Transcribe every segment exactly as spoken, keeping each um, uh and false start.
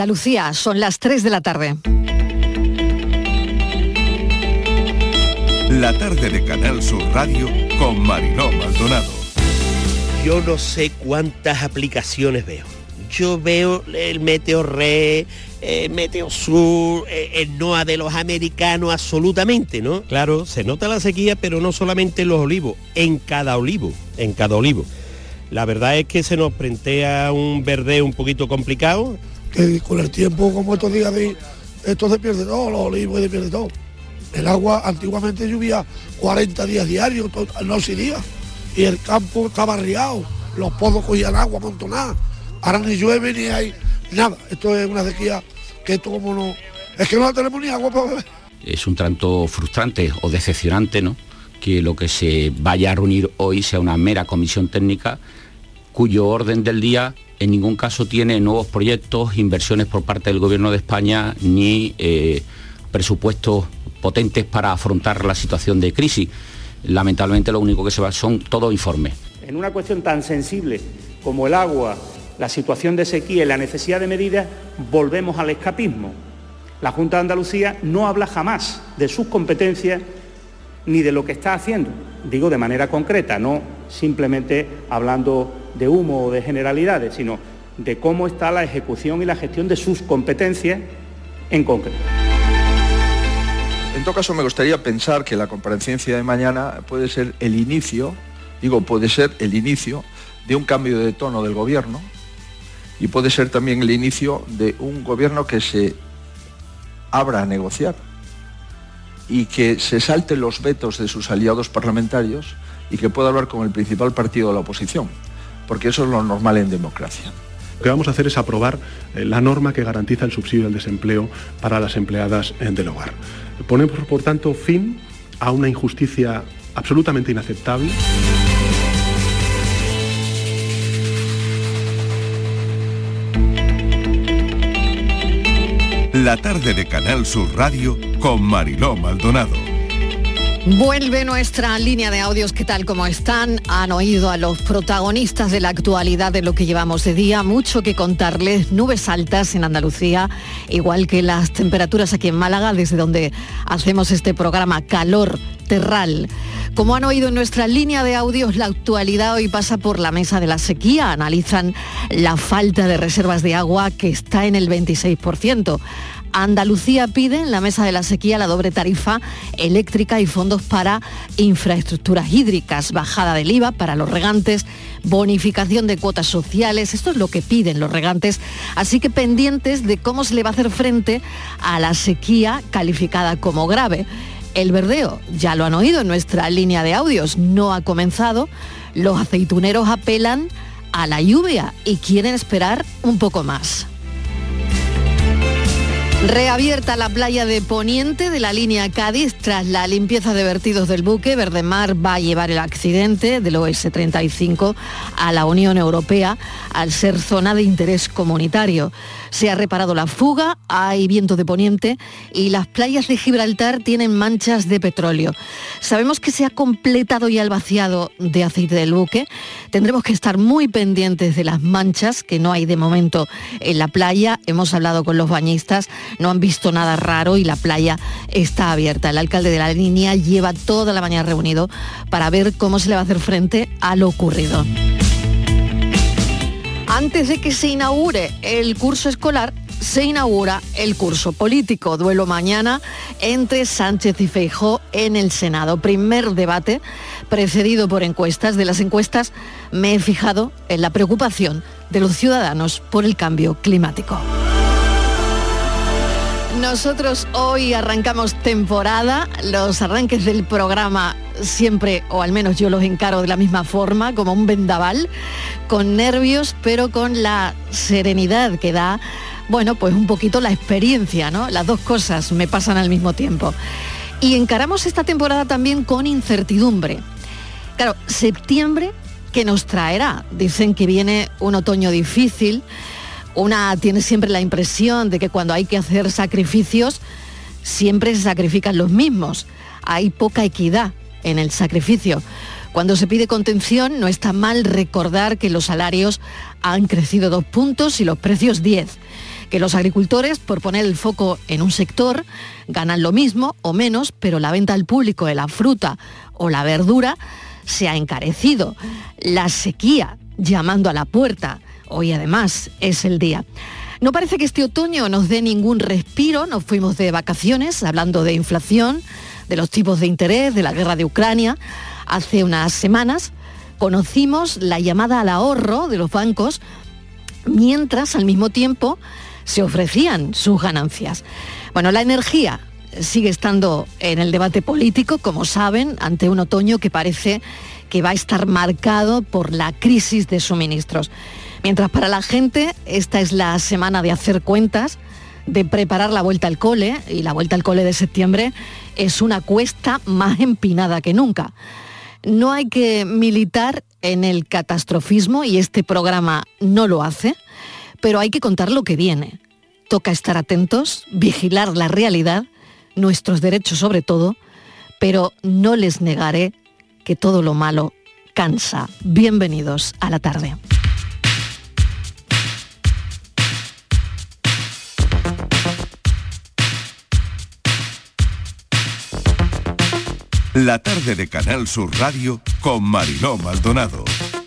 Andalucía, son las tres de la tarde. La tarde de Canal Sur Radio con Mariló Maldonado. Yo no sé cuántas aplicaciones veo. Yo veo el Meteorred, el Meteosur, el NOA de los americanos, absolutamente, ¿no? Claro, se nota la sequía, pero no solamente en los olivos, en cada olivo, en cada olivo. La verdad es que se nos plantea un verdeo un poquito complicado. Que con el tiempo, como estos días, de, esto se pierde todo, los olivos se pierde todo. El agua antiguamente llovía cuarenta días diarios, noche y día, y el campo estaba riado, los pozos cogían agua amontonada. Ahora ni llueve ni hay nada. Esto es una sequía que esto como no... Es que no tenemos ni agua para beber. Es un tanto frustrante o decepcionante, ¿no?, que lo que se vaya a reunir hoy sea una mera comisión técnica cuyo orden del día en ningún caso tiene nuevos proyectos, inversiones por parte del Gobierno de España, ni eh, presupuestos potentes para afrontar la situación de crisis. Lamentablemente lo único que se va son todos informes. En una cuestión tan sensible como el agua, la situación de sequía y la necesidad de medidas, volvemos al escapismo. La Junta de Andalucía no habla jamás de sus competencias ni de lo que está haciendo, digo de manera concreta, no simplemente hablando de humo o de generalidades, sino de cómo está la ejecución y la gestión de sus competencias en concreto. En todo caso, me gustaría pensar que la comparecencia de mañana puede ser el inicio, digo, puede ser el inicio de un cambio de tono del gobierno y puede ser también el inicio de un gobierno que se abra a negociar y que se salte los vetos de sus aliados parlamentarios y que pueda hablar con el principal partido de la oposición, porque eso es lo normal en democracia. Lo que vamos a hacer es aprobar eh, la norma que garantiza el subsidio del desempleo para las empleadas eh, del hogar. Ponemos, por tanto, fin a una injusticia absolutamente inaceptable. La tarde de Canal Sur Radio con Mariló Maldonado. Vuelve nuestra línea de audios. ¿Qué tal? ¿Cómo están? Han oído a los protagonistas de la actualidad de lo que llevamos de día. Mucho que contarles. Nubes altas en Andalucía, igual que las temperaturas aquí en Málaga, desde donde hacemos este programa. Calor terral. Como han oído en nuestra línea de audios, la actualidad hoy pasa por la mesa de la sequía. Analizan la falta de reservas de agua, que está en el veintiséis por ciento. Andalucía pide en la mesa de la sequía la doble tarifa eléctrica y fondos para infraestructuras hídricas, bajada del I V A para los regantes, bonificación de cuotas sociales. Esto es lo que piden los regantes, así que pendientes de cómo se le va a hacer frente a la sequía calificada como grave. El verdeo, ya lo han oído en nuestra línea de audios, no ha comenzado. Los aceituneros apelan a la lluvia y quieren esperar un poco más. Reabierta la playa de Poniente de la línea Cádiz tras la limpieza de vertidos del buque. Verdemar va a llevar el accidente del O S treinta y cinco a la Unión Europea al ser zona de interés comunitario. Se ha reparado la fuga, hay viento de poniente y las playas de Gibraltar tienen manchas de petróleo. Sabemos que se ha completado ya el vaciado de aceite del buque. Tendremos que estar muy pendientes de las manchas que no hay de momento en la playa. Hemos hablado con los bañistas, no han visto nada raro y la playa está abierta. El alcalde de la línea lleva toda la mañana reunido para ver cómo se le va a hacer frente a lo ocurrido. Antes de que se inaugure el curso escolar, se inaugura el curso político. Duelo mañana entre Sánchez y Feijóo en el Senado. Primer debate precedido por encuestas. De las encuestas me he fijado en la preocupación de los ciudadanos por el cambio climático. Nosotros hoy arrancamos temporada. Los arranques del programa siempre, o al menos yo los encaro de la misma forma, como un vendaval, con nervios, pero con la serenidad que da, bueno, pues un poquito la experiencia, ¿no? Las dos cosas me pasan al mismo tiempo. Y encaramos esta temporada también con incertidumbre. Claro, septiembre, ¿qué nos traerá? Dicen que viene un otoño difícil. Una tiene siempre la impresión de que cuando hay que hacer sacrificios, siempre se sacrifican los mismos. Hay poca equidad en el sacrificio. Cuando se pide contención, no está mal recordar que los salarios han crecido dos puntos y los precios diez, que los agricultores, por poner el foco en un sector, ganan lo mismo o menos, pero la venta al público de la fruta o la verdura se ha encarecido. La sequía llamando a la puerta. Hoy además es el día. No parece que este otoño nos dé ningún respiro. Nos fuimos de vacaciones hablando de inflación, de los tipos de interés, de la guerra de Ucrania. Hace unas semanas conocimos la llamada al ahorro de los bancos, mientras al mismo tiempo se ofrecían sus ganancias. Bueno, la energía sigue estando en el debate político, como saben, ante un otoño que parece que va a estar marcado por la crisis de suministros. Mientras para la gente esta es la semana de hacer cuentas, de preparar la vuelta al cole, y la vuelta al cole de septiembre es una cuesta más empinada que nunca. No hay que militar en el catastrofismo, y este programa no lo hace, pero hay que contar lo que viene. Toca estar atentos, vigilar la realidad, nuestros derechos sobre todo, pero no les negaré que todo lo malo cansa. Bienvenidos a la tarde. La tarde de Canal Sur Radio con Mariló Maldonado.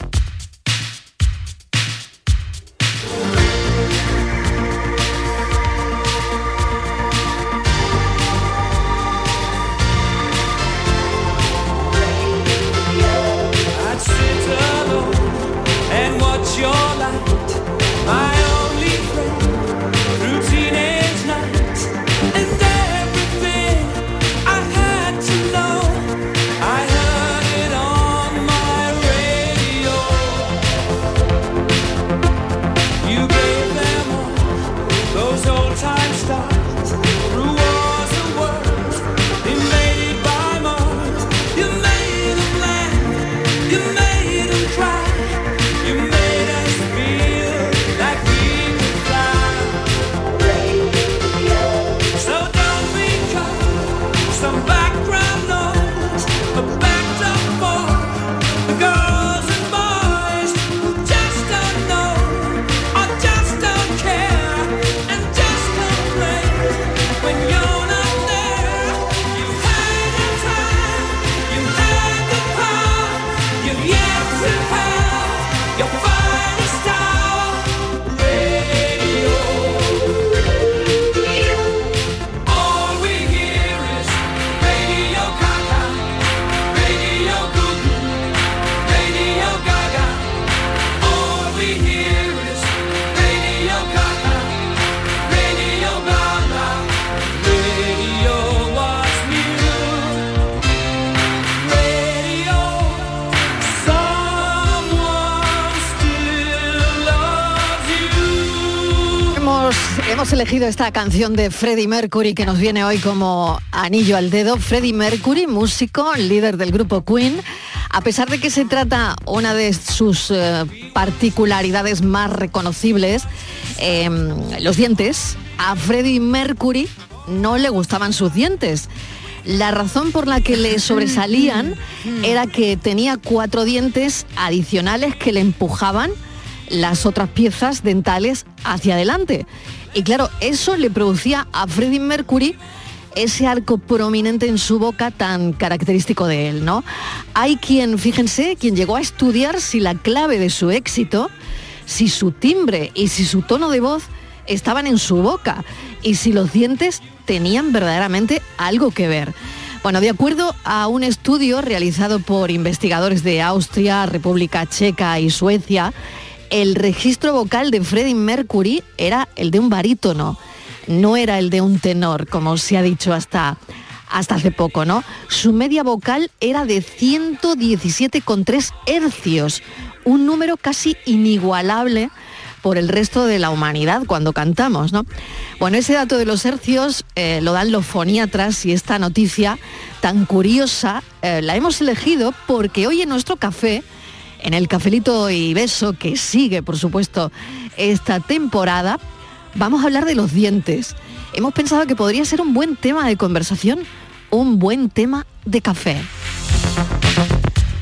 Hemos elegido esta canción de Freddie Mercury que nos viene hoy como anillo al dedo. Freddie Mercury, músico, líder del grupo Queen. A pesar de que se trata una de sus eh, particularidades más reconocibles, eh, los dientes, a Freddie Mercury no le gustaban sus dientes. La razón por la que le sobresalían era que tenía cuatro dientes adicionales que le empujaban las otras piezas dentales hacia adelante. Y claro, eso le producía a Freddie Mercury ese arco prominente en su boca tan característico de él, ¿no? Hay quien, fíjense, quien llegó a estudiar si la clave de su éxito, si su timbre y si su tono de voz estaban en su boca y si los dientes tenían verdaderamente algo que ver. Bueno, de acuerdo a un estudio realizado por investigadores de Austria, República Checa y Suecia, el registro vocal de Freddie Mercury era el de un barítono, no era el de un tenor, como se ha dicho hasta, hasta hace poco, ¿no? Su media vocal era de ciento diecisiete coma tres hercios, un número casi inigualable por el resto de la humanidad cuando cantamos, ¿no? Bueno, ese dato de los hercios eh, lo dan los foniatras, y esta noticia tan curiosa eh, la hemos elegido porque hoy en nuestro café, en el Cafelito y Beso, que sigue, por supuesto, esta temporada, vamos a hablar de los dientes. Hemos pensado que podría ser un buen tema de conversación, un buen tema de café.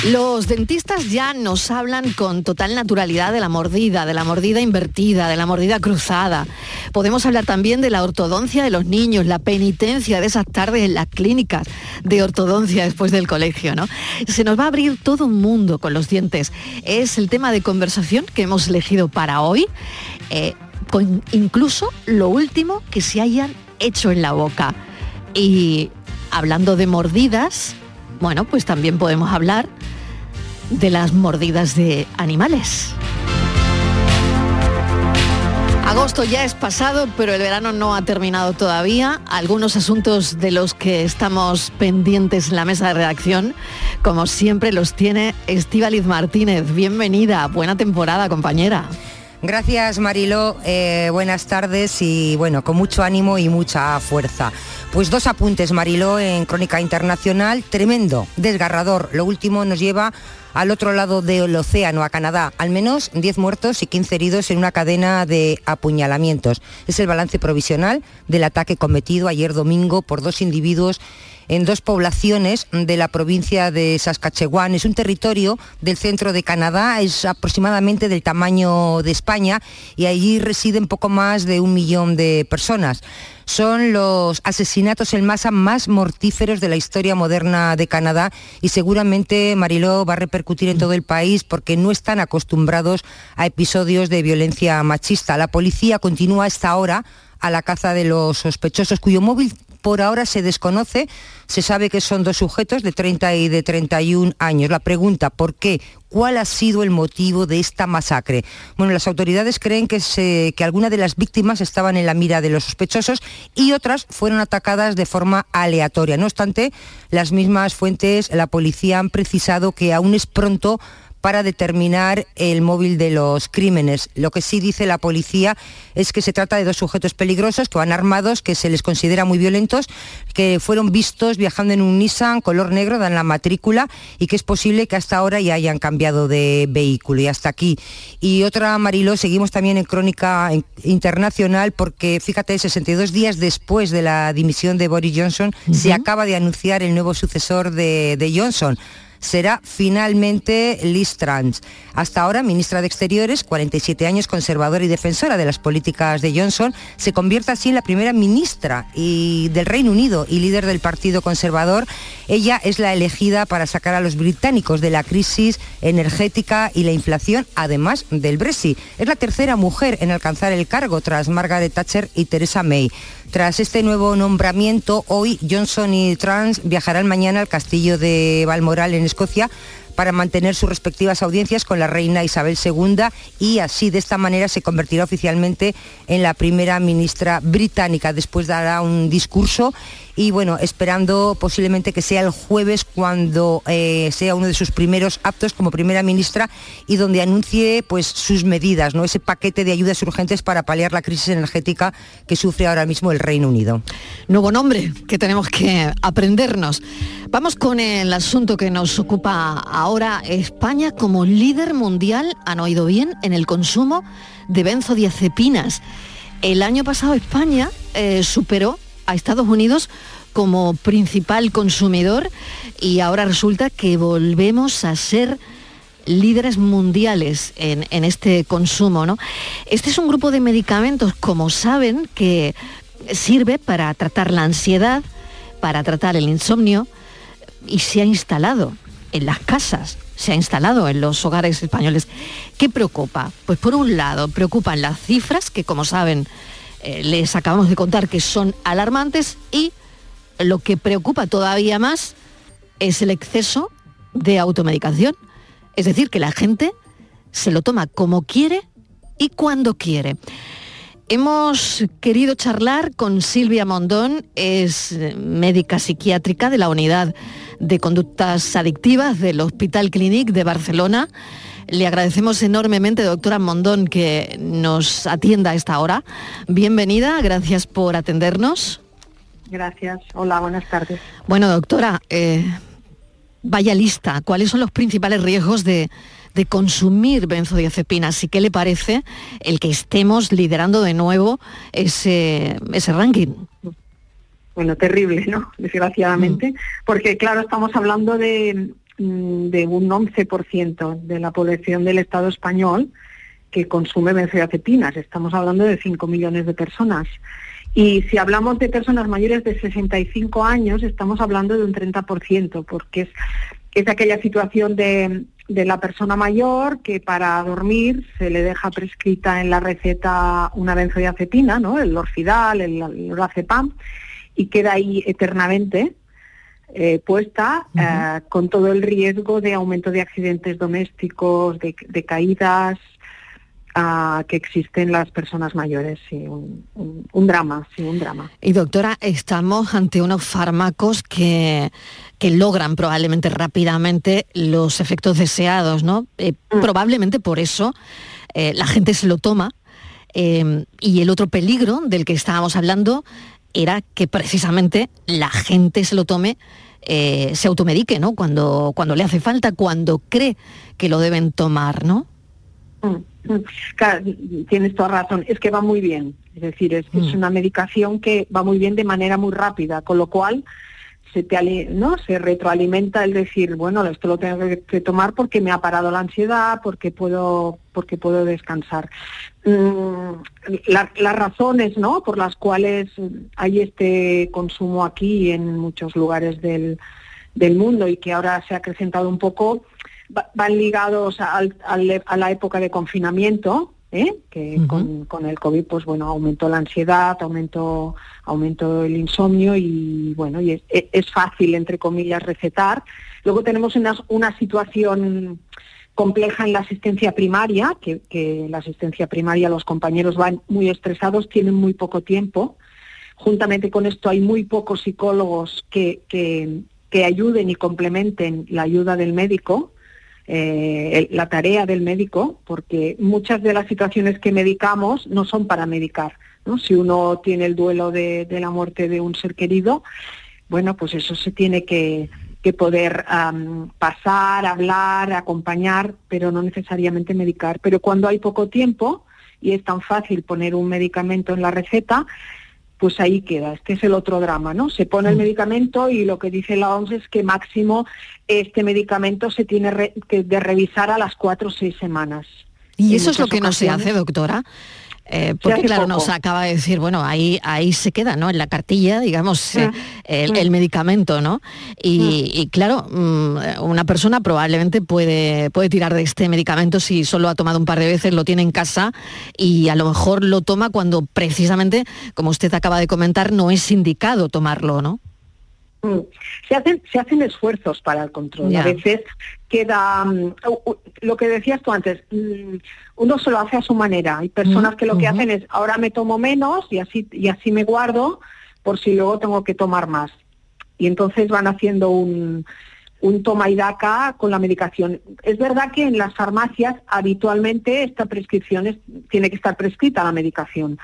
Los dentistas ya nos hablan con total naturalidad de la mordida, de la mordida invertida, de la mordida cruzada. Podemos hablar también de la ortodoncia de los niños, la penitencia de esas tardes en las clínicas de ortodoncia después del colegio, ¿no? Se nos va a abrir todo un mundo con los dientes. Es el tema de conversación que hemos elegido para hoy, eh, con incluso lo último que se hayan hecho en la boca. Y hablando de mordidas, bueno, pues también podemos hablar de las mordidas de animales. Agosto ya es pasado, pero el verano no ha terminado todavía. Algunos asuntos de los que estamos pendientes en la mesa de redacción, como siempre, los tiene Estíbaliz Martínez. Bienvenida, buena temporada, compañera. Gracias, Mariló, eh, buenas tardes y bueno, con mucho ánimo y mucha fuerza. Pues dos apuntes, Mariló, en Crónica Internacional. Tremendo, desgarrador. Lo último nos lleva al otro lado del océano, a Canadá. Al menos diez muertos y quince heridos en una cadena de apuñalamientos. Es el balance provisional del ataque cometido ayer domingo por dos individuos en dos poblaciones de la provincia de Saskatchewan. Es un territorio del centro de Canadá, es aproximadamente del tamaño de España y allí residen poco más de un millón de personas. Son los asesinatos en masa más mortíferos de la historia moderna de Canadá y seguramente, Mariló, va a repercutir en todo el país porque no están acostumbrados a episodios de violencia machista. La policía continúa a esta hora a la caza de los sospechosos, cuyo móvil por ahora se desconoce. Se sabe que son dos sujetos de treinta y de treinta y un años. La pregunta, ¿por qué? ¿Cuál ha sido el motivo de esta masacre? Bueno, las autoridades creen que, se, que algunas de las víctimas estaban en la mira de los sospechosos y otras fueron atacadas de forma aleatoria. No obstante, las mismas fuentes, la policía, han precisado que aún es pronto para determinar el móvil de los crímenes. Lo que sí dice la policía es que se trata de dos sujetos peligrosos que van armados, que se les considera muy violentos, que fueron vistos viajando en un Nissan color negro, dan la matrícula, y que es posible que hasta ahora ya hayan cambiado de vehículo. Y hasta aquí. Y otra, Mariló, seguimos también en Crónica Internacional porque, fíjate, sesenta y dos días después de la dimisión de Boris Johnson, uh-huh. se acaba de anunciar el nuevo sucesor de, de Johnson. Será finalmente Liz Truss. Hasta ahora, ministra de Exteriores, cuarenta y siete años, conservadora y defensora de las políticas de Johnson, se convierte así en la primera ministra y del Reino Unido y líder del Partido Conservador. Ella es la elegida para sacar a los británicos de la crisis energética y la inflación, además del Brexit. Es la tercera mujer en alcanzar el cargo tras Margaret Thatcher y Theresa May. Tras este nuevo nombramiento, hoy Johnson y Truss viajarán mañana al castillo de Balmoral en Escocia para mantener sus respectivas audiencias con la reina Isabel segunda y así de esta manera se convertirá oficialmente en la primera ministra británica. Después dará un discurso y bueno, esperando posiblemente que sea el jueves cuando eh, sea uno de sus primeros actos como primera ministra y donde anuncie pues sus medidas, ¿no? Ese paquete de ayudas urgentes para paliar la crisis energética que sufre ahora mismo el Reino Unido. Nuevo nombre que tenemos que aprendernos. Vamos con el asunto que nos ocupa ahora. España como líder mundial, han oído bien, en el consumo de benzodiazepinas. El año pasado España eh, superó a Estados Unidos como principal consumidor y ahora resulta que volvemos a ser líderes mundiales en, en este consumo, ¿no? Este es un grupo de medicamentos, como saben, que sirve para tratar la ansiedad, para tratar el insomnio y se ha instalado en las casas, se ha instalado en los hogares españoles. ¿Qué preocupa? Pues por un lado preocupan las cifras, que como saben eh, les acabamos de contar que son alarmantes, y lo que preocupa todavía más es el exceso de automedicación. Es decir, que la gente se lo toma como quiere y cuando quiere. Hemos querido charlar con Silvia Mondón, es médica psiquiátrica de la Unidad de Conductas Adictivas del Hospital Clínic de Barcelona. Le agradecemos enormemente, doctora Mondón, que nos atienda a esta hora. Bienvenida, gracias por atendernos. Gracias, hola, buenas tardes. Bueno, doctora, eh, vaya lista, ¿cuáles son los principales riesgos de... de consumir benzodiazepinas? ¿Y qué le parece el que estemos liderando de nuevo ese, ese ranking? Bueno, terrible, ¿no? Desgraciadamente, mm. porque claro, estamos hablando de, de un once por ciento de la población del Estado español que consume benzodiazepinas. Estamos hablando de cinco millones de personas. Y si hablamos de personas mayores de sesenta y cinco años, estamos hablando de un treinta por ciento, porque es, es aquella situación de, de la persona mayor que para dormir se le deja prescrita en la receta una benzodiazepina, ¿no? El Lorfidal, el, el Lorazepam, y queda ahí eternamente eh, puesta, uh-huh. eh, con todo el riesgo de aumento de accidentes domésticos, de, de caídas, Uh, que existen las personas mayores, sí, un, un, un drama, sí, un drama. Y doctora, estamos ante unos fármacos que, que logran probablemente rápidamente los efectos deseados, ¿no? Eh, mm. Probablemente por eso eh, la gente se lo toma, eh, y el otro peligro del que estábamos hablando era que precisamente la gente se lo tome, eh, se automedique, ¿no? Cuando, cuando le hace falta, cuando cree que lo deben tomar, ¿no? Mm. Claro, tienes toda razón, es que va muy bien, es decir, es, mm. es una medicación que va muy bien de manera muy rápida, con lo cual se te ¿no? se retroalimenta el decir, bueno, esto lo tengo que, que tomar porque me ha parado la ansiedad, porque puedo porque puedo descansar. Mm, la, las razones, ¿no?, por las cuales hay este consumo aquí y en muchos lugares del, del mundo, y que ahora se ha acrecentado un poco, van ligados al, al, a la época de confinamiento, ¿eh? que uh-huh. con, con el COVID, pues bueno, aumentó la ansiedad, aumentó, aumentó el insomnio, y bueno, y es, es fácil, entre comillas, recetar. Luego tenemos una, una situación compleja en la asistencia primaria, que, que la asistencia primaria, los compañeros van muy estresados, tienen muy poco tiempo. Juntamente con esto hay muy pocos psicólogos que, que, que ayuden y complementen la ayuda del médico. Eh, el, la tarea del médico, porque muchas de las situaciones que medicamos no son para medicar, ¿no? Si uno tiene el duelo de, de la muerte de un ser querido, bueno, pues eso se tiene que, que poder um, pasar, hablar, acompañar, pero no necesariamente medicar. Pero cuando hay poco tiempo y es tan fácil poner un medicamento en la receta, pues ahí queda. Este es el otro drama, ¿no? Se pone el medicamento y lo que dice la O M S es que máximo este medicamento se tiene re- que de revisar a las cuatro o seis semanas. Y eso es lo que no se hace, doctora. Eh, porque claro, poco. Nos acaba de decir, bueno, ahí ahí se queda, ¿no? En la cartilla, digamos, eh, el, el medicamento, ¿no? Y, y claro, una persona probablemente puede, puede tirar de este medicamento si solo ha tomado un par de veces, lo tiene en casa, y a lo mejor lo toma cuando precisamente, como usted acaba de comentar, no es indicado tomarlo, ¿no? Se hacen, se hacen esfuerzos para el control. Yeah. A veces queda, um, lo que decías tú antes, um, uno se lo hace a su manera. Hay personas mm, que lo uh-huh. que hacen es, ahora me tomo menos y así, y así me guardo por si luego tengo que tomar más. Y entonces van haciendo un, un toma y daca con la medicación. Es verdad que en las farmacias habitualmente esta prescripción es, tiene que estar prescrita la medicación.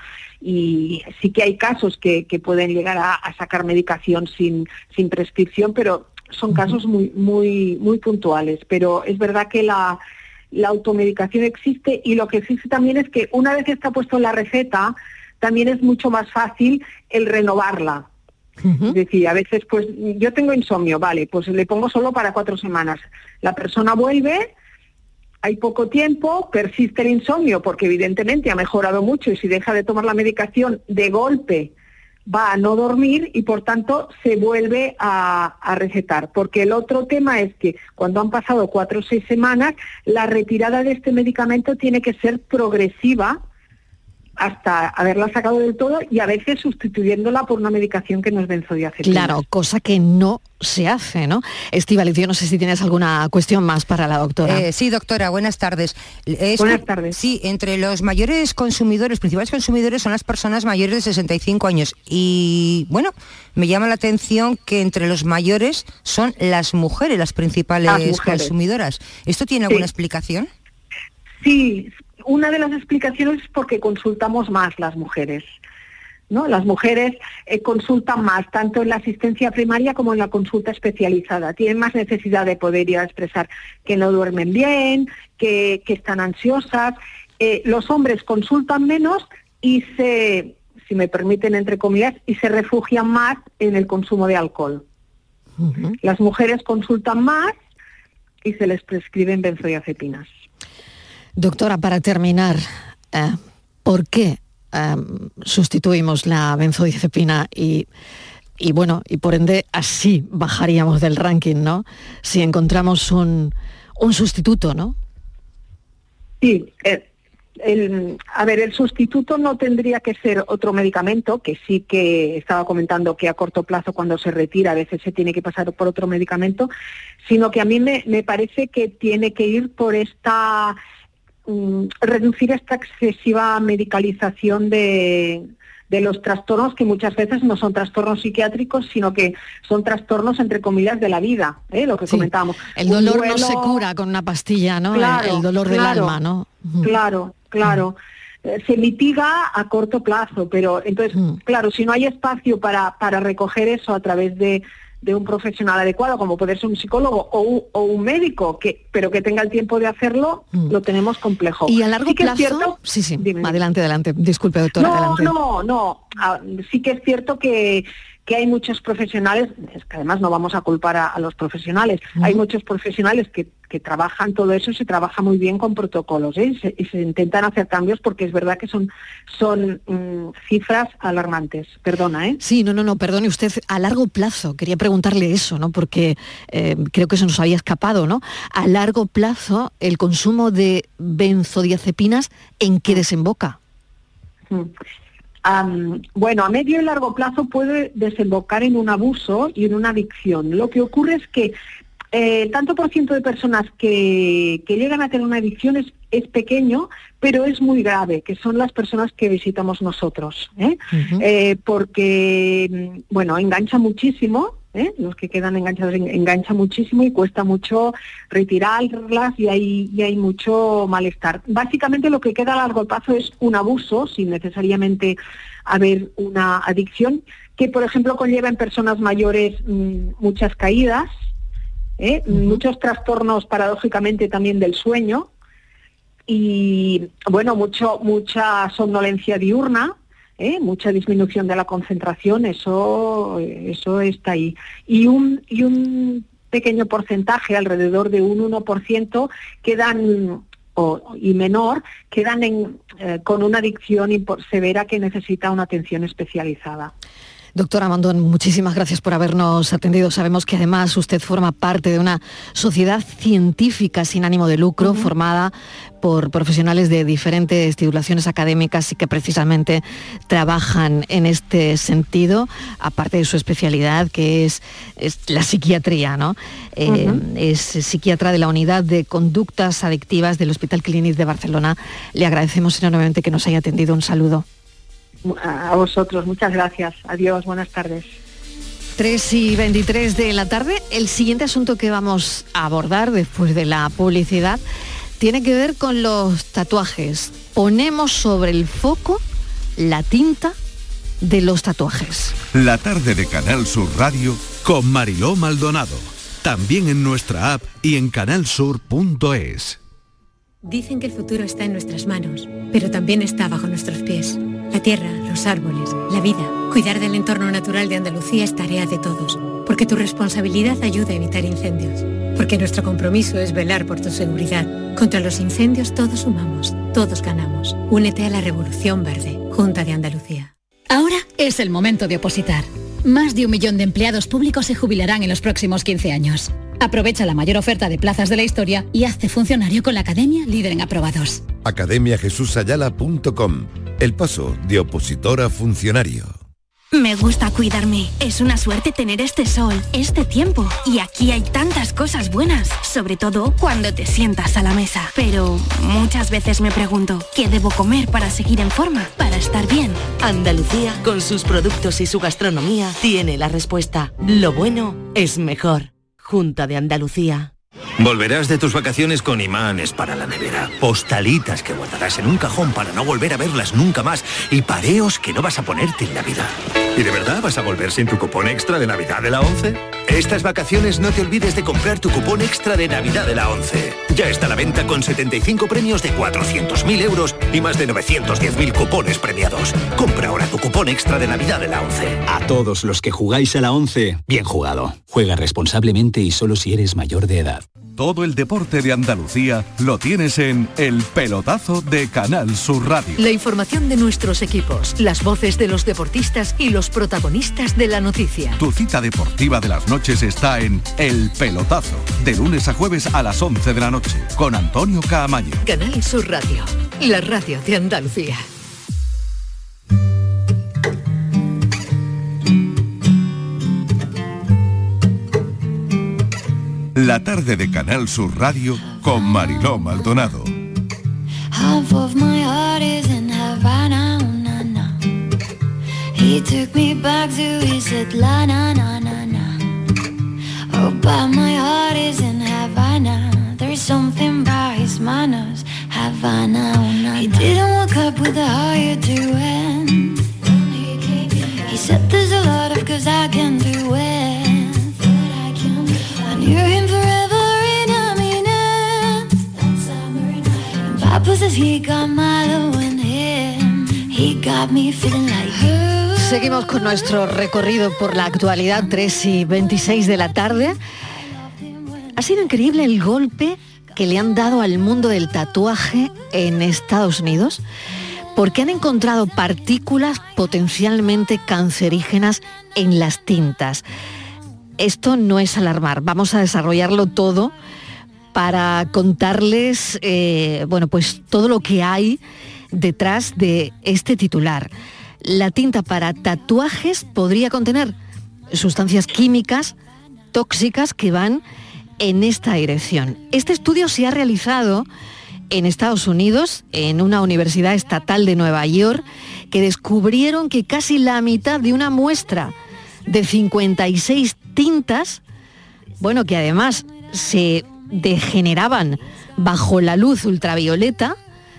Y sí que hay casos que, que pueden llegar a, a sacar medicación sin, sin prescripción, pero son casos muy, muy, muy puntuales. Pero es verdad que la, la automedicación existe, y lo que existe también es que una vez que está puesto en la receta, también es mucho más fácil el renovarla. Uh-huh. Es decir, a veces pues yo tengo insomnio, vale, pues le pongo solo para cuatro semanas. La persona vuelve, hay poco tiempo, persiste el insomnio porque evidentemente ha mejorado mucho, y si deja de tomar la medicación de golpe va a no dormir, y por tanto se vuelve a, a recetar. Porque el otro tema es que cuando han pasado cuatro o seis semanas, la retirada de este medicamento tiene que ser progresiva hasta haberla sacado del todo, y a veces sustituyéndola por una medicación que no es benzodiazepina. Claro, cosa que no se hace, ¿no? Estíbaliz, yo no sé si tienes alguna cuestión más para la doctora. Eh, sí, doctora, buenas tardes. Es buenas que, tardes. Sí, entre los mayores consumidores, principales consumidores son las personas mayores de sesenta y cinco años. Y, bueno, me llama la atención que entre los mayores son las mujeres las principales las mujeres. consumidoras. ¿Esto tiene alguna sí. explicación? Sí, una de las explicaciones es porque consultamos más las mujeres, ¿no? Las mujeres eh, consultan más, tanto en la asistencia primaria como en la consulta especializada. Tienen más necesidad de poder ir a expresar que no duermen bien, que, que están ansiosas. Eh, los hombres consultan menos y se, si me permiten entre comillas, y se refugian más en el consumo de alcohol. Uh-huh. Las mujeres consultan más, y se les prescriben benzodiazepinas. Doctora, para terminar, eh, ¿por qué eh, sustituimos la benzodiazepina y, y bueno, y por ende así bajaríamos del ranking, ¿no? Si encontramos un, un sustituto, ¿no? Sí, eh, el, a ver, el sustituto no tendría que ser otro medicamento, que sí que estaba comentando que a corto plazo cuando se retira a veces se tiene que pasar por otro medicamento, sino que a mí me, me parece que tiene que ir por esta... reducir esta excesiva medicalización de, de los trastornos, que muchas veces no son trastornos psiquiátricos, sino que son trastornos, entre comillas, de la vida, ¿eh? Lo que sí, comentábamos. El dolor duelo... no se cura con una pastilla, ¿no? Claro, el, el dolor claro, del alma, ¿no? Claro, claro. Uh-huh. Se mitiga a corto plazo, pero entonces, uh-huh. claro, si no hay espacio para, para recoger eso a través de de un profesional adecuado, como puede ser un psicólogo o un, o un médico, que pero que tenga el tiempo de hacerlo, mm. lo tenemos complejo. ¿Y a largo sí plazo? Es cierto, sí, sí, dime, adelante, adelante. Disculpe, doctora, no, adelante. No, no, no. Sí que es cierto que, que hay muchos profesionales, es que además no vamos a culpar a, a los profesionales, mm. hay muchos profesionales que, que trabajan todo eso y se trabaja muy bien con protocolos, ¿eh? y, se, y se intentan hacer cambios porque es verdad que son, son mm, cifras alarmantes. Perdona, ¿eh? Sí, no, no, no, perdone usted, a largo plazo, quería preguntarle eso, ¿no? Porque eh, creo que eso nos había escapado, ¿no? A largo plazo, el consumo de benzodiazepinas, ¿en qué desemboca? Mm. Um, bueno, a medio y largo plazo puede desembocar en un abuso y en una adicción. Lo que ocurre es que eh, el tanto por ciento de personas que, que llegan a tener una adicción es, es pequeño, pero es muy grave, que son las personas que visitamos nosotros, ¿eh? Uh-huh. Eh, porque, bueno, engancha muchísimo, ¿eh? Los que quedan enganchados engancha muchísimo y cuesta mucho retirarlas y hay, y hay mucho malestar. Básicamente lo que queda a largo plazo es un abuso, sin necesariamente haber una adicción, que por ejemplo conlleva en personas mayores mmm, muchas caídas, ¿eh? Uh-huh. muchos trastornos paradójicamente también del sueño y bueno, mucho mucha somnolencia diurna. ¿Eh? Mucha disminución de la concentración, eso eso está ahí. Y un y un pequeño porcentaje, alrededor de un uno por ciento, quedan, o, y menor, quedan en, eh, con una adicción severa que necesita una atención especializada. Doctora Mandón, muchísimas gracias por habernos atendido. Sabemos que además usted forma parte de una sociedad científica sin ánimo de lucro, uh-huh. formada por profesionales de diferentes titulaciones académicas y que precisamente trabajan en este sentido, aparte de su especialidad, que es, es la psiquiatría, ¿no? Eh, uh-huh. Es psiquiatra de la Unidad de Conductas Adictivas del Hospital Clínic de Barcelona. Le agradecemos enormemente que nos haya atendido. Un saludo. A vosotros, muchas gracias. Adiós, buenas tardes. tres y veintitrés de la tarde. El siguiente asunto que vamos a abordar después de la publicidad tiene que ver con los tatuajes. Ponemos sobre el foco la tinta de los tatuajes. La tarde de Canal Sur Radio con Mariló Maldonado. También en nuestra app y en canal sur punto es. Dicen que el futuro está en nuestras manos, pero también está bajo nuestros pies. La tierra, los árboles, la vida. Cuidar del entorno natural de Andalucía es tarea de todos, porque tu responsabilidad ayuda a evitar incendios. Porque nuestro compromiso es velar por tu seguridad. Contra los incendios todos sumamos, todos ganamos. Únete a la Revolución Verde, Junta de Andalucía. Ahora es el momento de opositar. Más de un millón de empleados públicos se jubilarán en los próximos quince años. Aprovecha la mayor oferta de plazas de la historia y hazte funcionario con la Academia Líder en Aprobados. academia jesús ayala punto com. El paso de opositor a funcionario. Me gusta cuidarme. Es una suerte tener este sol, este tiempo. Y aquí hay tantas cosas buenas, sobre todo cuando te sientas a la mesa. Pero muchas veces me pregunto, ¿qué debo comer para seguir en forma, para estar bien? Andalucía, con sus productos y su gastronomía, tiene la respuesta. Lo bueno es mejor. Junta de Andalucía. Volverás de tus vacaciones con imanes para la nevera, postalitas que guardarás en un cajón para no volver a verlas nunca más y pareos que no vas a ponerte en Navidad. ¿Y de verdad vas a volver sin tu cupón extra de Navidad de la ONCE? Estas vacaciones no te olvides de comprar tu cupón extra de Navidad de la ONCE. Ya está a la venta con setenta y cinco premios de cuatrocientos mil euros y más de novecientos diez mil cupones premiados. Compra ahora tu cupón extra de Navidad de la ONCE. A todos los que jugáis a la ONCE, bien jugado. Juega responsablemente y solo si eres mayor de edad. todo el deporte de Andalucía lo tienes en El Pelotazo de Canal Sur Radio. La información de nuestros equipos, las voces de los deportistas y los protagonistas de la noticia. Tu cita deportiva de las noches está en El Pelotazo, de lunes a jueves a las once de la noche, con Antonio Caamaño. Canal Sur Radio, la radio de Andalucía. La tarde de Canal Sur Radio con Mariló Maldonado. Half of my heart is in Havana, na, na. He took me back to his Atlanta, na, na, na. Oh, but my heart is in Havana. There's something about his manners, Havana, oh, na, na. He didn't walk up with a higher to end. He said there's a lot of cause I can do it. I knew him forever in a minute. And Papa says he got Milo in him. He got me feeling like you. Seguimos con nuestro recorrido por la actualidad, tres y veintiséis de la tarde. Ha sido increíble el golpe que le han dado al mundo del tatuaje en Estados Unidos, porque han encontrado partículas potencialmente cancerígenas en las tintas. Esto no es alarmar, vamos a desarrollarlo todo para contarles eh, bueno, pues todo lo que hay detrás de este titular. La tinta para tatuajes podría contener sustancias químicas tóxicas que van en esta dirección. Este estudio se ha realizado en Estados Unidos, en una universidad estatal de Nueva York, que descubrieron que casi la mitad de una muestra de cincuenta y seis tintas, bueno, que además se degeneraban bajo la luz ultravioleta,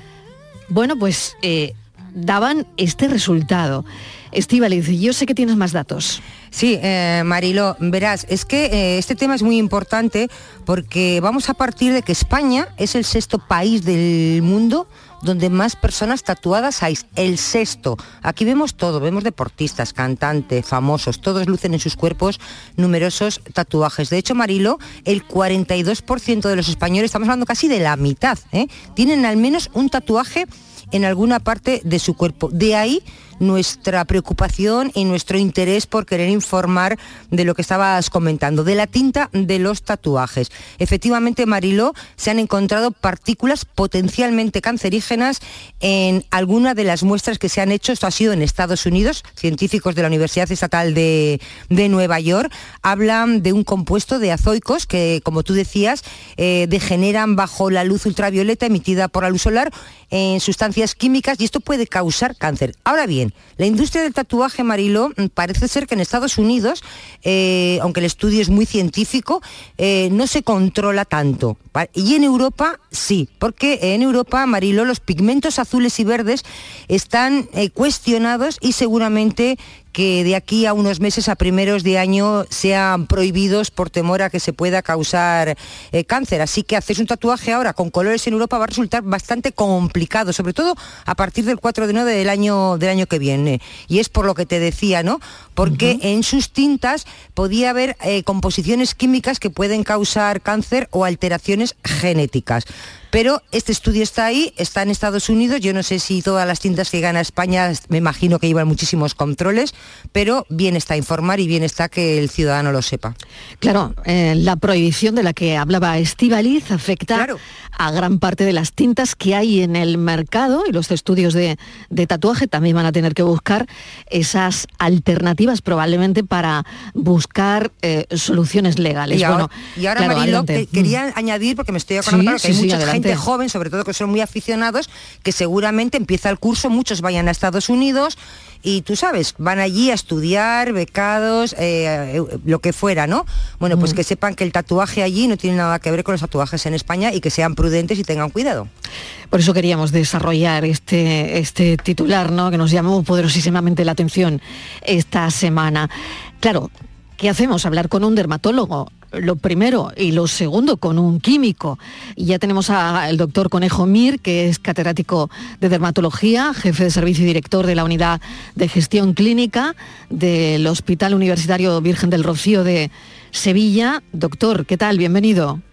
bueno, pues eh, daban este resultado. Estíbaliz, yo sé que tienes más datos. Sí, eh, Mariló, verás, es que eh, este tema es muy importante porque vamos a partir de que España es el sexto país del mundo donde más personas tatuadas hay, el sexto. Aquí vemos todo, vemos deportistas, cantantes, famosos, todos lucen en sus cuerpos numerosos tatuajes. De hecho, Mariló, el cuarenta y dos por ciento de los españoles, estamos hablando casi de la mitad, ¿eh? tienen al menos un tatuaje en alguna parte de su cuerpo. De ahí nuestra preocupación y nuestro interés por querer informar de lo que estabas comentando, de la tinta de los tatuajes. Efectivamente, Mariló, se han encontrado partículas potencialmente cancerígenas en alguna de las muestras que se han hecho. Esto ha sido en Estados Unidos. Científicos de la Universidad Estatal de, de Nueva York hablan de un compuesto de azoicos que, como tú decías, eh, degeneran bajo la luz ultravioleta emitida por la luz solar en sustancias químicas, y esto puede causar cáncer. Ahora bien, la industria del tatuaje, Mariló, parece ser que en Estados Unidos, eh, aunque el estudio es muy científico, eh, no se controla tanto. Y en Europa sí, porque en Europa, Mariló, los pigmentos azules y verdes están eh, cuestionados y seguramente que de aquí a unos meses, a primeros de año, sean prohibidos por temor a que se pueda causar eh, cáncer. Así que hacerse un tatuaje ahora con colores en Europa va a resultar bastante complicado, sobre todo a partir del cuatro de enero del año, del año que viene. Y es por lo que te decía, ¿no? Porque uh-huh. en sus tintas podía haber eh, composiciones químicas que pueden causar cáncer o alteraciones genéticas. Pero este estudio está ahí, está en Estados Unidos. Yo no sé si todas las tintas que gana España, me imagino que llevan muchísimos controles, pero bien está informar y bien está que el ciudadano lo sepa. Claro, eh, la prohibición de la que hablaba Estíbaliz afecta claro. a gran parte de las tintas que hay en el mercado, y los estudios de, de tatuaje también van a tener que buscar esas alternativas probablemente para buscar eh, soluciones legales. Y ahora, bueno, y ahora claro, Mariló, que, quería mm. añadir, porque me estoy acordando sí, que hay sí, mucha sí, gente joven, sobre todo que son muy aficionados, que seguramente empieza el curso, muchos vayan a Estados Unidos y tú sabes, van allí a estudiar, becados, eh, lo que fuera, ¿no? Bueno, pues mm. que sepan que el tatuaje allí no tiene nada que ver con los tatuajes en España y que sean prudentes y tengan cuidado. Por eso queríamos desarrollar este, este titular, ¿no?, que nos llamó poderosísimamente la atención esta semana. Claro, ¿qué hacemos? Hablar con un dermatólogo, lo primero, y lo segundo, con un químico. Y ya tenemos al doctor Conejo Mir, que es catedrático de dermatología, jefe de servicio y director de la unidad de gestión clínica del Hospital Universitario Virgen del Rocío de Sevilla. Doctor, ¿qué tal? Bienvenido.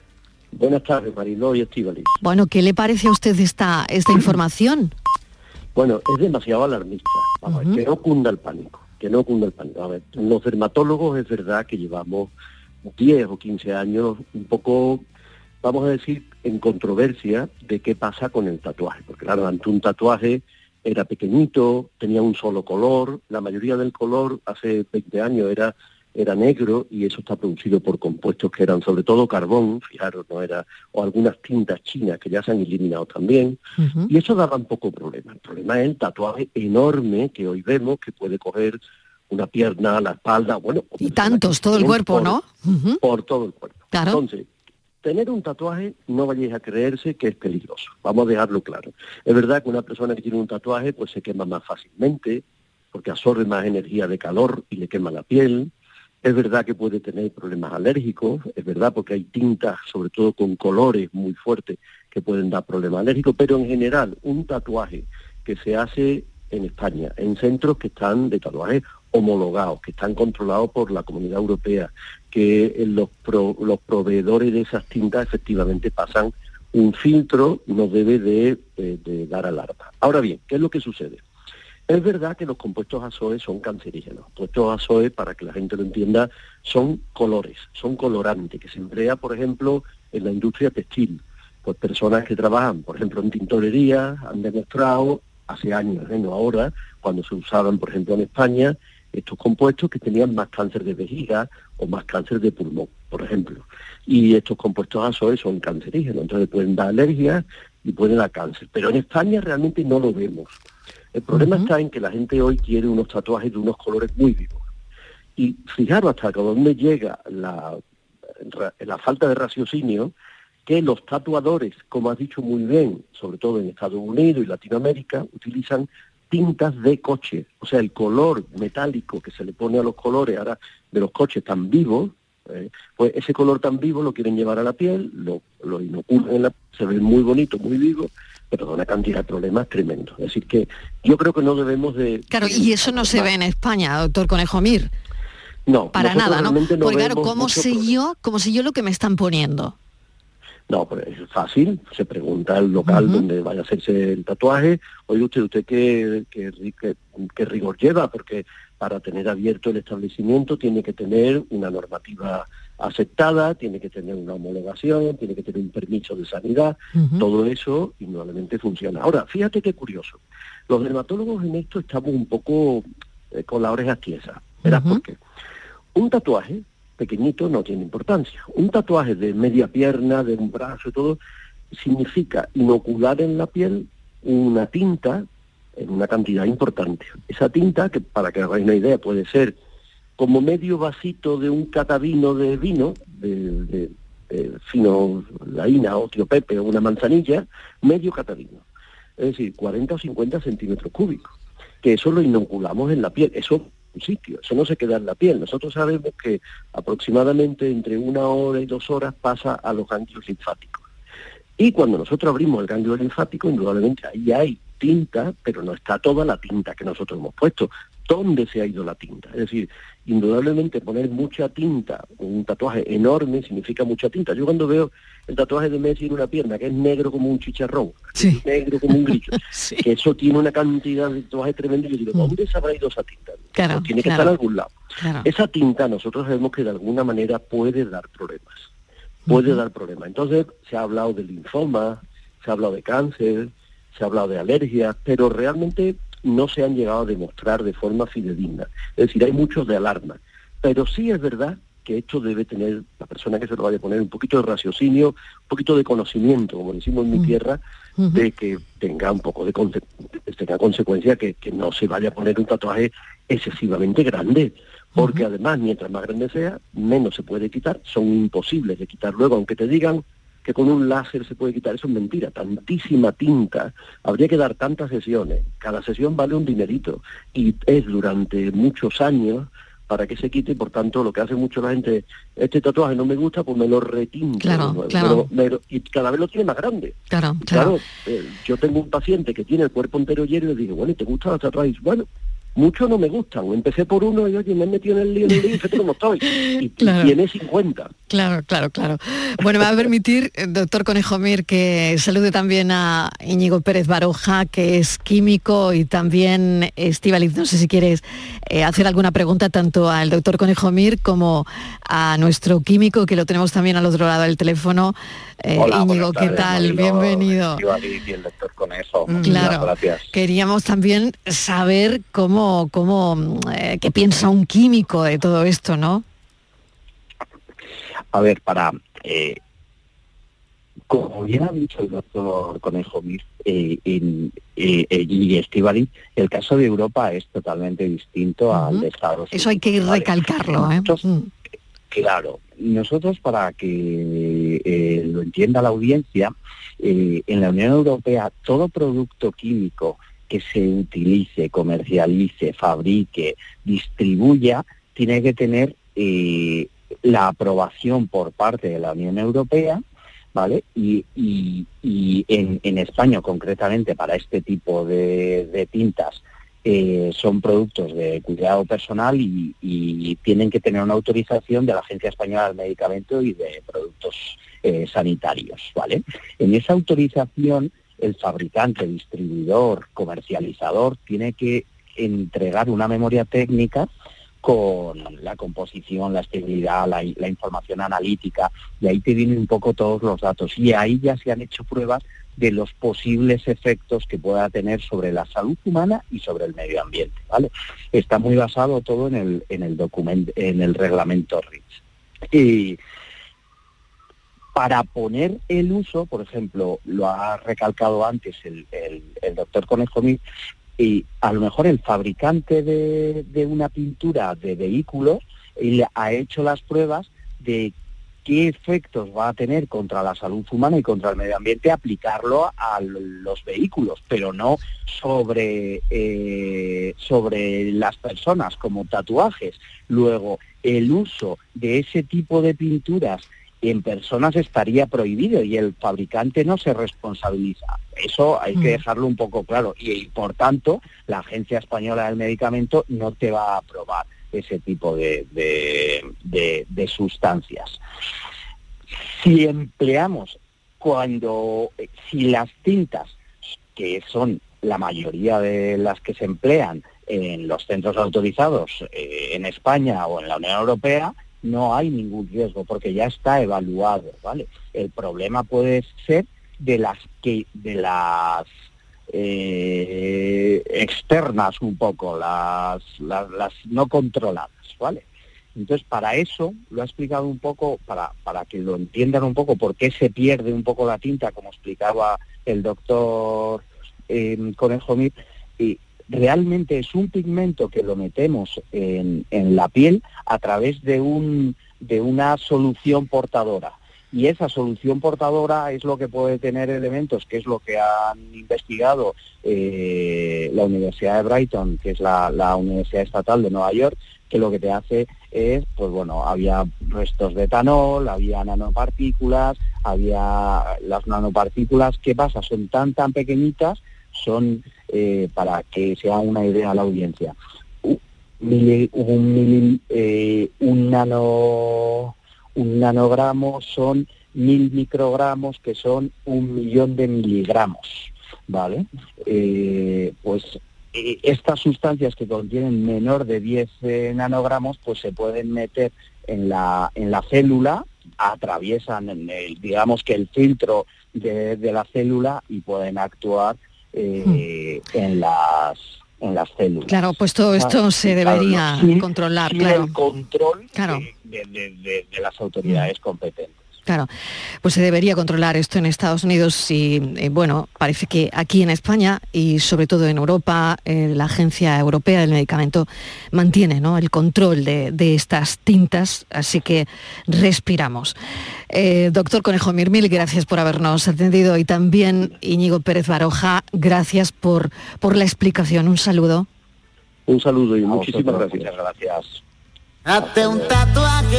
Buenas tardes, Mariló y Estíbaliz. Bueno, ¿qué le parece a usted esta, esta información? Bueno, es demasiado alarmista. Vamos, uh-huh. Que no cunda el pánico, que no cunda el pánico. A ver, los dermatólogos es verdad que llevamos diez o quince años un poco, vamos a decir, en controversia de qué pasa con el tatuaje. Porque claro, ante un tatuaje era pequeñito, tenía un solo color, la mayoría del color hace veinte años era, era negro y eso está producido por compuestos que eran sobre todo carbón, fijaros, no era, o algunas tintas chinas que ya se han eliminado también, uh-huh. y eso daba un poco problema. El problema es el tatuaje enorme que hoy vemos que puede coger una pierna, la espalda, bueno... Y tantos, todo el cuerpo, por, ¿no? Uh-huh. Por todo el cuerpo. Claro. Entonces, tener un tatuaje no vayáis a creerse que es peligroso, vamos a dejarlo claro. Es verdad que una persona que tiene un tatuaje pues se quema más fácilmente, porque absorbe más energía de calor y le quema la piel. Es verdad que puede tener problemas alérgicos, es verdad porque hay tintas, sobre todo con colores muy fuertes, que pueden dar problemas alérgicos, pero en general un tatuaje que se hace en España, en centros que están de tatuajes homologados, que están controlados por la Comunidad Europea, que los, pro, los proveedores de esas tintas efectivamente pasan un filtro, no debe de, de, de dar alarma. Ahora bien, ¿qué es lo que sucede? Es verdad que los compuestos azoe son cancerígenos. Compuestos azoe, para que la gente lo entienda, son colores, son colorantes, que se emplea, por ejemplo, en la industria textil. Pues personas que trabajan, por ejemplo, en tintorería, han demostrado hace años, ¿eh? No ahora, cuando se usaban, por ejemplo, en España, estos compuestos que tenían más cáncer de vejiga o más cáncer de pulmón, por ejemplo. Y estos compuestos azoe son cancerígenos, entonces pueden dar alergias y pueden dar cáncer. Pero en España realmente no lo vemos. El problema uh-huh. está en que la gente hoy quiere unos tatuajes de unos colores muy vivos. Y fijaros hasta dónde llega la, la falta de raciocinio, que los tatuadores, como has dicho muy bien, sobre todo en Estados Unidos y Latinoamérica, utilizan tintas de coche. O sea, el color metálico que se le pone a los colores ahora de los coches tan vivos, eh, pues ese color tan vivo lo quieren llevar a la piel, lo, lo inoculan en la se ve muy bonito, muy vivo, pero da una cantidad de problemas tremendos. Es decir, que yo creo que no debemos de... Claro, y eso no se ve en España, doctor Conejo Mir. No. Para nada, ¿no? no Porque claro, ¿cómo sé yo, cómo sé yo lo que me están poniendo? No, pero es fácil, se pregunta al local uh-huh. donde vaya a hacerse el tatuaje, oye usted, ¿usted qué, qué, qué, qué rigor lleva? Porque para tener abierto el establecimiento tiene que tener una normativa aceptada, tiene que tener una homologación, tiene que tener un permiso de sanidad, uh-huh. todo eso indudablemente funciona. Ahora, fíjate qué curioso, los dermatólogos en esto estamos un poco eh, con las orejas tiesas, ¿verás uh-huh. por qué? Un tatuaje pequeñito no tiene importancia. Un tatuaje de media pierna, de un brazo y todo, significa inocular en la piel una tinta en una cantidad importante. Esa tinta, que para que hagáis una idea, puede ser como medio vasito de un catavino de vino, de, de, de fino laína o tío Pepe o una manzanilla, medio catavino. Es decir, cuarenta o cincuenta centímetros cúbicos. Que eso lo inoculamos en la piel. Eso un sitio, eso no se queda en la piel. Nosotros sabemos que aproximadamente entre una hora y dos horas pasa a los ganglios linfáticos. Y cuando nosotros abrimos el ganglio linfático, indudablemente ahí hay tinta, pero no está toda la tinta que nosotros hemos puesto. ¿Dónde se ha ido la tinta? Es decir, indudablemente poner mucha tinta, un tatuaje enorme, significa mucha tinta. Yo cuando veo el tatuaje de Messi en una pierna, que es negro como un chicharrón, sí. negro como un grillo, sí. que eso tiene una cantidad de tatuaje tremendo, y yo digo, ¿dónde se habrá ido esa tinta? Claro, pues tiene que claro, estar en algún lado. Claro. Esa tinta nosotros sabemos que de alguna manera puede dar problemas, puede uh-huh. dar problemas. Entonces se ha hablado de linfoma, se ha hablado de cáncer, se ha hablado de alergias, pero realmente no se han llegado a demostrar de forma fidedigna. Es decir, hay muchos de alarma. Pero sí es verdad que esto debe tener, la persona que se lo vaya a poner, un poquito de raciocinio, un poquito de conocimiento, como decimos en mi tierra, uh-huh. de que tenga un poco de conse- tenga consecuencia que, que no se vaya a poner un tatuaje excesivamente grande, porque uh-huh. además, mientras más grande sea, menos se puede quitar, son imposibles de quitar luego, aunque te digan que con un láser se puede quitar, eso es mentira, tantísima tinta, habría que dar tantas sesiones, cada sesión vale un dinerito, y es durante muchos años para que se quite, por tanto, lo que hace mucho la gente, este tatuaje no me gusta, pues me lo retinto, claro, me, claro. Me lo, me lo, y cada vez lo tiene más grande. Claro, claro. claro. Eh, yo tengo un paciente que tiene el cuerpo entero lleno y le digo, bueno, ¿y te gustan los tatuajes? Bueno, muchos no me gustan, empecé por uno y oye, me he metido en el lío, en el lío y fíjate cómo estoy, y, claro. y tiene cincuenta. Claro, claro, claro. Bueno, me va a permitir, doctor Conejo Mir, que salude también a Íñigo Pérez Baroja, que es químico, y también Estíbaliz, no sé si quieres eh, hacer alguna pregunta tanto al doctor Conejo Mir como a nuestro químico, que lo tenemos también al otro lado del teléfono. Eh, Hola, Íñigo, ¿qué tal? Marilo, Bienvenido. Estíbaliz y el doctor Conejo. Claro, Gracias. Queríamos también saber cómo, cómo eh, qué piensa un químico de todo esto, ¿no? A ver, para... Eh, como bien ha dicho el doctor Conejo Mir eh, en, eh, y Estíbaliz, el caso de Europa es totalmente distinto uh-huh. al de Estados Unidos. Eso hay que ¿vale? recalcarlo, ¿eh? Nosotros, mm. Claro, nosotros para que eh, lo entienda la audiencia, eh, en la Unión Europea todo producto químico que se utilice, comercialice, fabrique, distribuya, tiene que tener... Eh, la aprobación por parte de la Unión Europea, ¿vale? Y, y, y en, en España, concretamente, para este tipo de, de tintas, eh, son productos de cuidado personal y, y tienen que tener una autorización de la Agencia Española del Medicamento y de Productos eh, Sanitarios, ¿vale? En esa autorización, el fabricante, distribuidor, comercializador, tiene que entregar una memoria técnica con la composición, la estabilidad, la, la información analítica, y ahí te vienen un poco todos los datos. Y ahí ya se han hecho pruebas de los posibles efectos que pueda tener sobre la salud humana y sobre el medio ambiente, ¿vale? Está muy basado todo en el en el documento, en el reglamento REACH. Y para poner el uso, por ejemplo, lo ha recalcado antes el, el, el doctor Conejo Mir, y a lo mejor el fabricante de, de una pintura de vehículos él ha hecho las pruebas de qué efectos va a tener contra la salud humana y contra el medio ambiente aplicarlo a los vehículos, pero no sobre, eh, sobre las personas como tatuajes. Luego, el uso de ese tipo de pinturas en personas estaría prohibido y el fabricante no se responsabiliza. Eso hay que dejarlo un poco claro y, y por tanto la Agencia Española del Medicamento no te va a aprobar ese tipo de, de, de, de sustancias. Si empleamos cuando, si las tintas, que son la mayoría de las que se emplean en los centros autorizados eh, en España o en la Unión Europea, no hay ningún riesgo porque ya está evaluado, ¿vale? El problema puede ser de las que de las eh, externas un poco, las, las las no controladas, ¿vale? Entonces, para eso, lo ha explicado un poco, para, para que lo entiendan un poco, por qué se pierde un poco la tinta, como explicaba el doctor eh, Conejo Mir, y realmente es un pigmento que lo metemos en, en la piel a través de un de una solución portadora. Y esa solución portadora es lo que puede tener elementos, que es lo que han investigado eh, la Universidad de Brighton, que es la, la Universidad Estatal de Nueva York, que lo que te hace es, pues bueno, había restos de etanol, había nanopartículas, había las nanopartículas, ¿qué pasa? Son tan, tan pequeñitas, son, eh, para que se haga una idea a la audiencia, un, mili, un, mili, eh, un nano... un nanogramo son mil microgramos, que son un millón de miligramos, ¿vale? Eh, pues eh, estas sustancias que contienen menor de diez eh, nanogramos, pues se pueden meter en la en la célula, atraviesan, en el, digamos que el filtro de, de la célula y pueden actuar eh, hmm. en las en las células. Claro, pues todo esto claro, se debería claro, sin, controlar, sin claro. el control claro. de, de, de, de las autoridades mm. competentes. Claro, pues se debería controlar esto en Estados Unidos y, eh, bueno, parece que aquí en España y sobre todo en Europa, eh, la Agencia Europea del Medicamento mantiene, ¿no?, el control de, de estas tintas, así que respiramos. Eh, doctor Conejo Mir, mil gracias por habernos atendido y también Íñigo Pérez Baroja, gracias por, por la explicación. Un saludo. Un saludo y muchísimas gracias. Muchas gracias. Hazte un tatuaje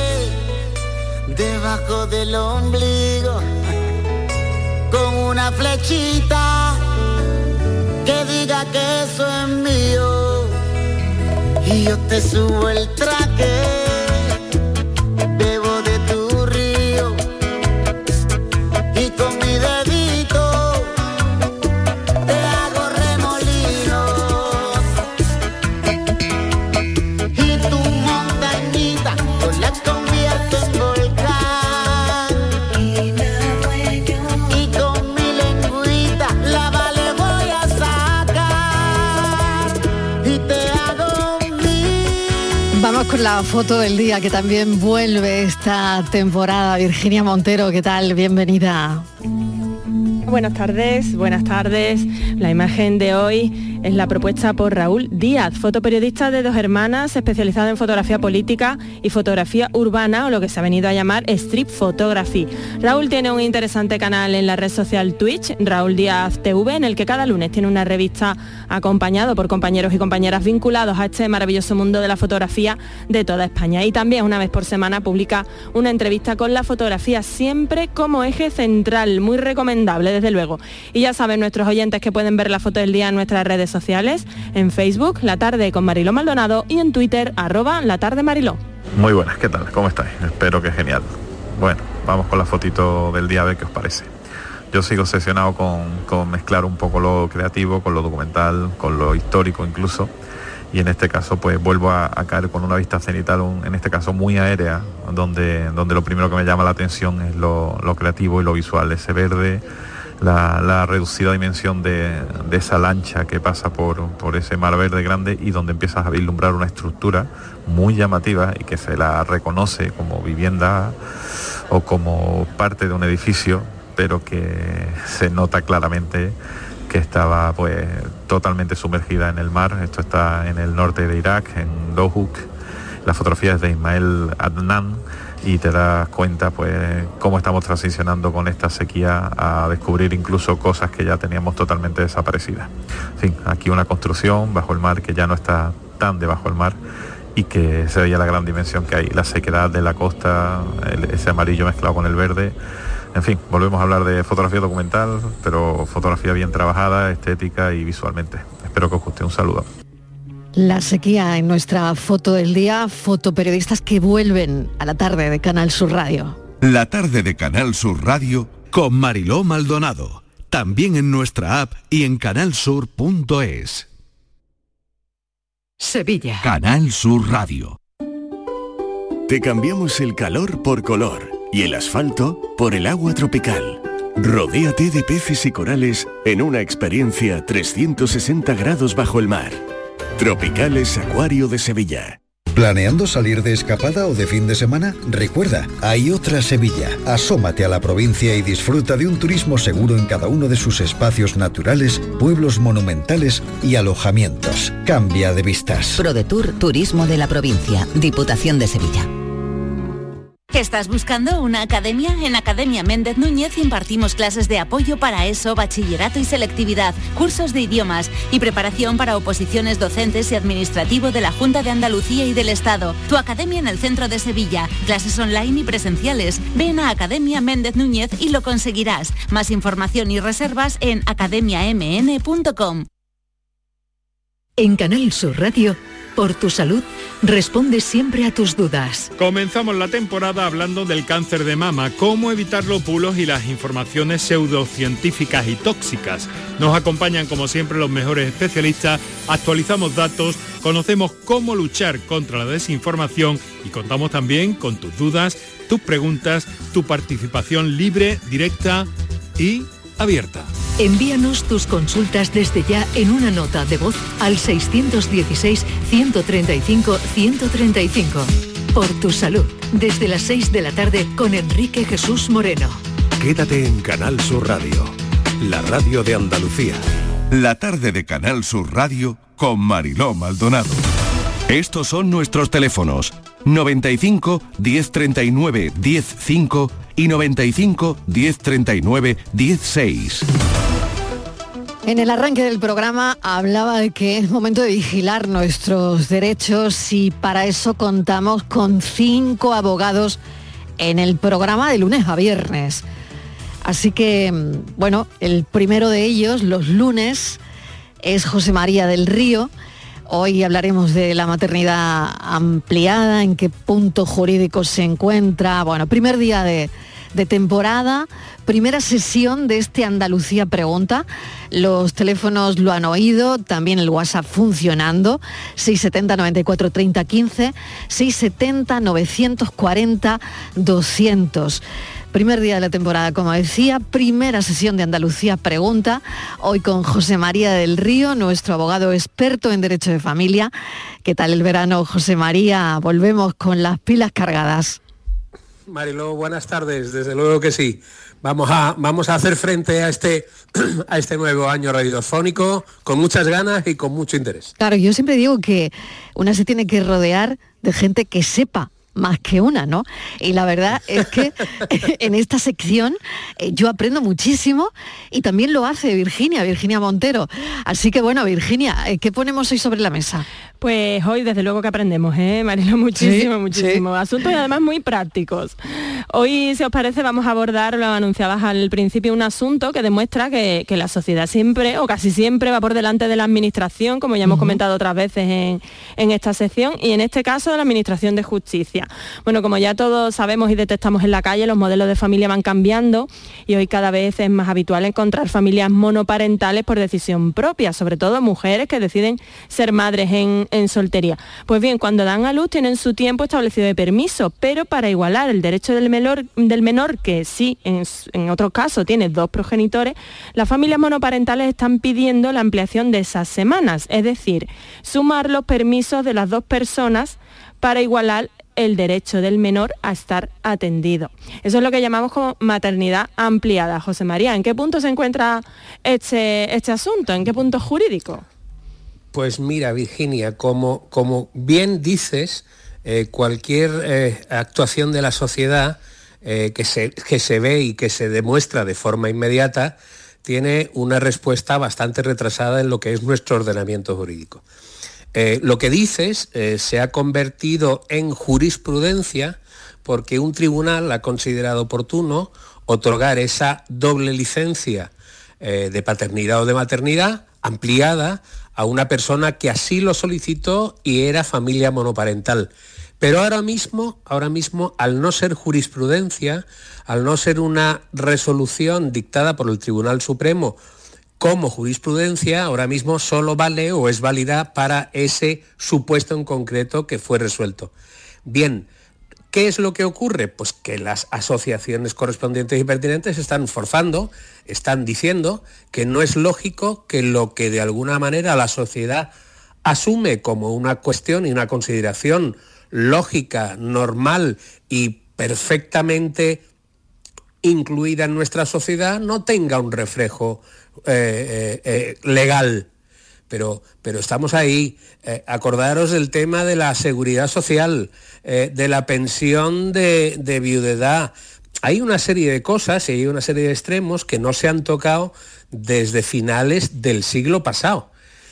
debajo del ombligo con una flechita que diga que eso es mío y yo te subo el traje, bebo de tu Vamos con la foto del día que también vuelve esta temporada. Virginia Montero, ¿qué tal? Bienvenida. Buenas tardes, buenas tardes. La imagen de hoy es la propuesta por Raúl Díaz, fotoperiodista de dos hermanas, especializado en fotografía política y fotografía urbana, o lo que se ha venido a llamar street photography. Raúl tiene un interesante canal en la red social Twitch, Raúl Díaz T V, en el que cada lunes tiene una revista acompañado por compañeros y compañeras vinculados a este maravilloso mundo de la fotografía de toda España. Y también una vez por semana publica una entrevista con la fotografía, siempre como eje central, muy recomendable desde luego. Y ya saben nuestros oyentes que pueden ver la foto del día en nuestras redes sociales, en Facebook, La Tarde con Mariló Maldonado, y en Twitter, arroba La Tarde Mariló. Muy buenas, ¿qué tal? ¿Cómo estáis? Espero que genial. Bueno, vamos con la fotito del día a ver qué os parece. Yo sigo obsesionado con, con mezclar un poco lo creativo con lo documental, con lo histórico incluso, y en este caso pues vuelvo a, a caer con una vista cenital, un, en este caso muy aérea, donde, donde lo primero que me llama la atención es lo, lo creativo y lo visual, ese verde, La, la reducida dimensión de, de esa lancha que pasa por, por ese mar verde grande, y donde empiezas a vislumbrar una estructura muy llamativa y que se la reconoce como vivienda o como parte de un edificio, pero que se nota claramente que estaba pues totalmente sumergida en el mar. Esto está en el norte de Irak, en Dohuk. La fotografía es de Ismael Adnan, y te das cuenta pues cómo estamos transicionando con esta sequía a descubrir incluso cosas que ya teníamos totalmente desaparecidas. En fin, aquí una construcción bajo el mar que ya no está tan debajo del mar y que se veía la gran dimensión que hay, la sequedad de la costa, el, ese amarillo mezclado con el verde. En fin, volvemos a hablar de fotografía documental, pero fotografía bien trabajada, estética y visualmente. Espero que os guste. Un saludo. La sequía en nuestra foto del día, fotoperiodistas que vuelven a La Tarde de Canal Sur Radio. La Tarde de Canal Sur Radio con Mariló Maldonado. También en nuestra app y en canal sur punto es. Sevilla. Canal Sur Radio. Te cambiamos el calor por color y el asfalto por el agua tropical. Rodéate de peces y corales en una experiencia trescientos sesenta grados bajo el mar. Tropicales Acuario de Sevilla. ¿Planeando salir de escapada o de fin de semana? Recuerda, hay otra Sevilla. Asómate a la provincia y disfruta de un turismo seguro en cada uno de sus espacios naturales, pueblos monumentales y alojamientos. Cambia de vistas. ProDetour Turismo de la Provincia, Diputación de Sevilla. ¿Estás buscando una academia? En Academia Méndez Núñez impartimos clases de apoyo para ESO, bachillerato y selectividad, cursos de idiomas y preparación para oposiciones docentes y administrativo de la Junta de Andalucía y del Estado. Tu academia en el centro de Sevilla, clases online y presenciales. Ven a Academia Méndez Núñez y lo conseguirás. Más información y reservas en academia m n punto com. En Canal Sur Radio, por tu salud, responde siempre a tus dudas. Comenzamos la temporada hablando del cáncer de mama, cómo evitar los bulos y las informaciones pseudocientíficas y tóxicas. Nos acompañan como siempre los mejores especialistas, actualizamos datos, conocemos cómo luchar contra la desinformación y contamos también con tus dudas, tus preguntas, tu participación libre, directa y abierta. Envíanos tus consultas desde ya en una nota de voz al seiscientos dieciséis, ciento treinta y cinco, ciento treinta y cinco. Por tu salud, desde las seis de la tarde con Enrique Jesús Moreno. Quédate en Canal Sur Radio, la radio de Andalucía. La Tarde de Canal Sur Radio con Mariló Maldonado. Estos son nuestros teléfonos: noventa y cinco, diez treinta y nueve, diez cinco y noventa y cinco, diez treinta y nueve, diez seis. En el arranque del programa hablaba de que es momento de vigilar nuestros derechos y para eso contamos con cinco abogados en el programa de lunes a viernes. Así que, bueno, el primero de ellos, los lunes, es José María del Río. Hoy hablaremos de la maternidad ampliada, en qué punto jurídico se encuentra. Bueno, primer día de, de temporada, primera sesión de este Andalucía Pregunta. Los teléfonos lo han oído, también el WhatsApp funcionando, seiscientos setenta, noventa y cuatro, treinta, quince, seiscientos setenta, novecientos cuarenta, doscientos. Primer día de la temporada, como decía, primera sesión de Andalucía Pregunta, hoy con José María del Río, nuestro abogado experto en Derecho de Familia. ¿Qué tal el verano, José María? Volvemos con las pilas cargadas. Mariló, buenas tardes, desde luego que sí. Vamos a, vamos a hacer frente a este, a este nuevo año radiofónico con muchas ganas y con mucho interés. Claro, yo siempre digo que una se tiene que rodear de gente que sepa más que una, ¿no? Y la verdad es que en esta sección eh, yo aprendo muchísimo y también lo hace Virginia, Virginia Montero. Así que bueno, Virginia, ¿qué ponemos hoy sobre la mesa? Pues hoy desde luego que aprendemos, ¿eh, Marilo? Muchísimo, sí, muchísimo. Sí. Asuntos y además muy prácticos. Hoy, si os parece, vamos a abordar, lo anunciabas al principio, un asunto que demuestra que, que la sociedad siempre, o casi siempre, va por delante de la administración, como ya hemos uh-huh. comentado otras veces en, en esta sección, y en este caso de la Administración de Justicia. Bueno, como ya todos sabemos y detectamos en la calle, los modelos de familia van cambiando y hoy cada vez es más habitual encontrar familias monoparentales por decisión propia, sobre todo mujeres que deciden ser madres en, en soltería. Pues bien, cuando dan a luz tienen su tiempo establecido de permiso, pero para igualar el derecho del menor, del menor que sí, en, en otros casos tiene dos progenitores, las familias monoparentales están pidiendo la ampliación de esas semanas, es decir, sumar los permisos de las dos personas para igualar el derecho del menor a estar atendido. Eso es lo que llamamos como maternidad ampliada. José María, ¿en qué punto se encuentra este, este asunto? ¿En qué punto jurídico? Pues mira, Virginia, como, como bien dices, eh, cualquier eh, actuación de la sociedad eh, que, se, que se ve y que se demuestra de forma inmediata tiene una respuesta bastante retrasada en lo que es nuestro ordenamiento jurídico. Eh, lo que dices eh, se ha convertido en jurisprudencia porque un tribunal ha considerado oportuno otorgar esa doble licencia eh, de paternidad o de maternidad ampliada a una persona que así lo solicitó y era familia monoparental. Pero ahora mismo, ahora mismo, al no ser jurisprudencia, al no ser una resolución dictada por el Tribunal Supremo como jurisprudencia, ahora mismo solo vale o es válida para ese supuesto en concreto que fue resuelto. Bien, ¿qué es lo que ocurre? Pues que las asociaciones correspondientes y pertinentes están forzando, están diciendo que no es lógico que lo que de alguna manera la sociedad asume como una cuestión y una consideración lógica, normal y perfectamente incluida en nuestra sociedad no tenga un reflejo eh, eh, eh, legal. Pero, pero estamos ahí. Eh, acordaros del tema de la seguridad social, eh, de la pensión de, de viudedad. Hay una serie de cosas y hay una serie de extremos que no se han tocado desde finales del siglo pasado.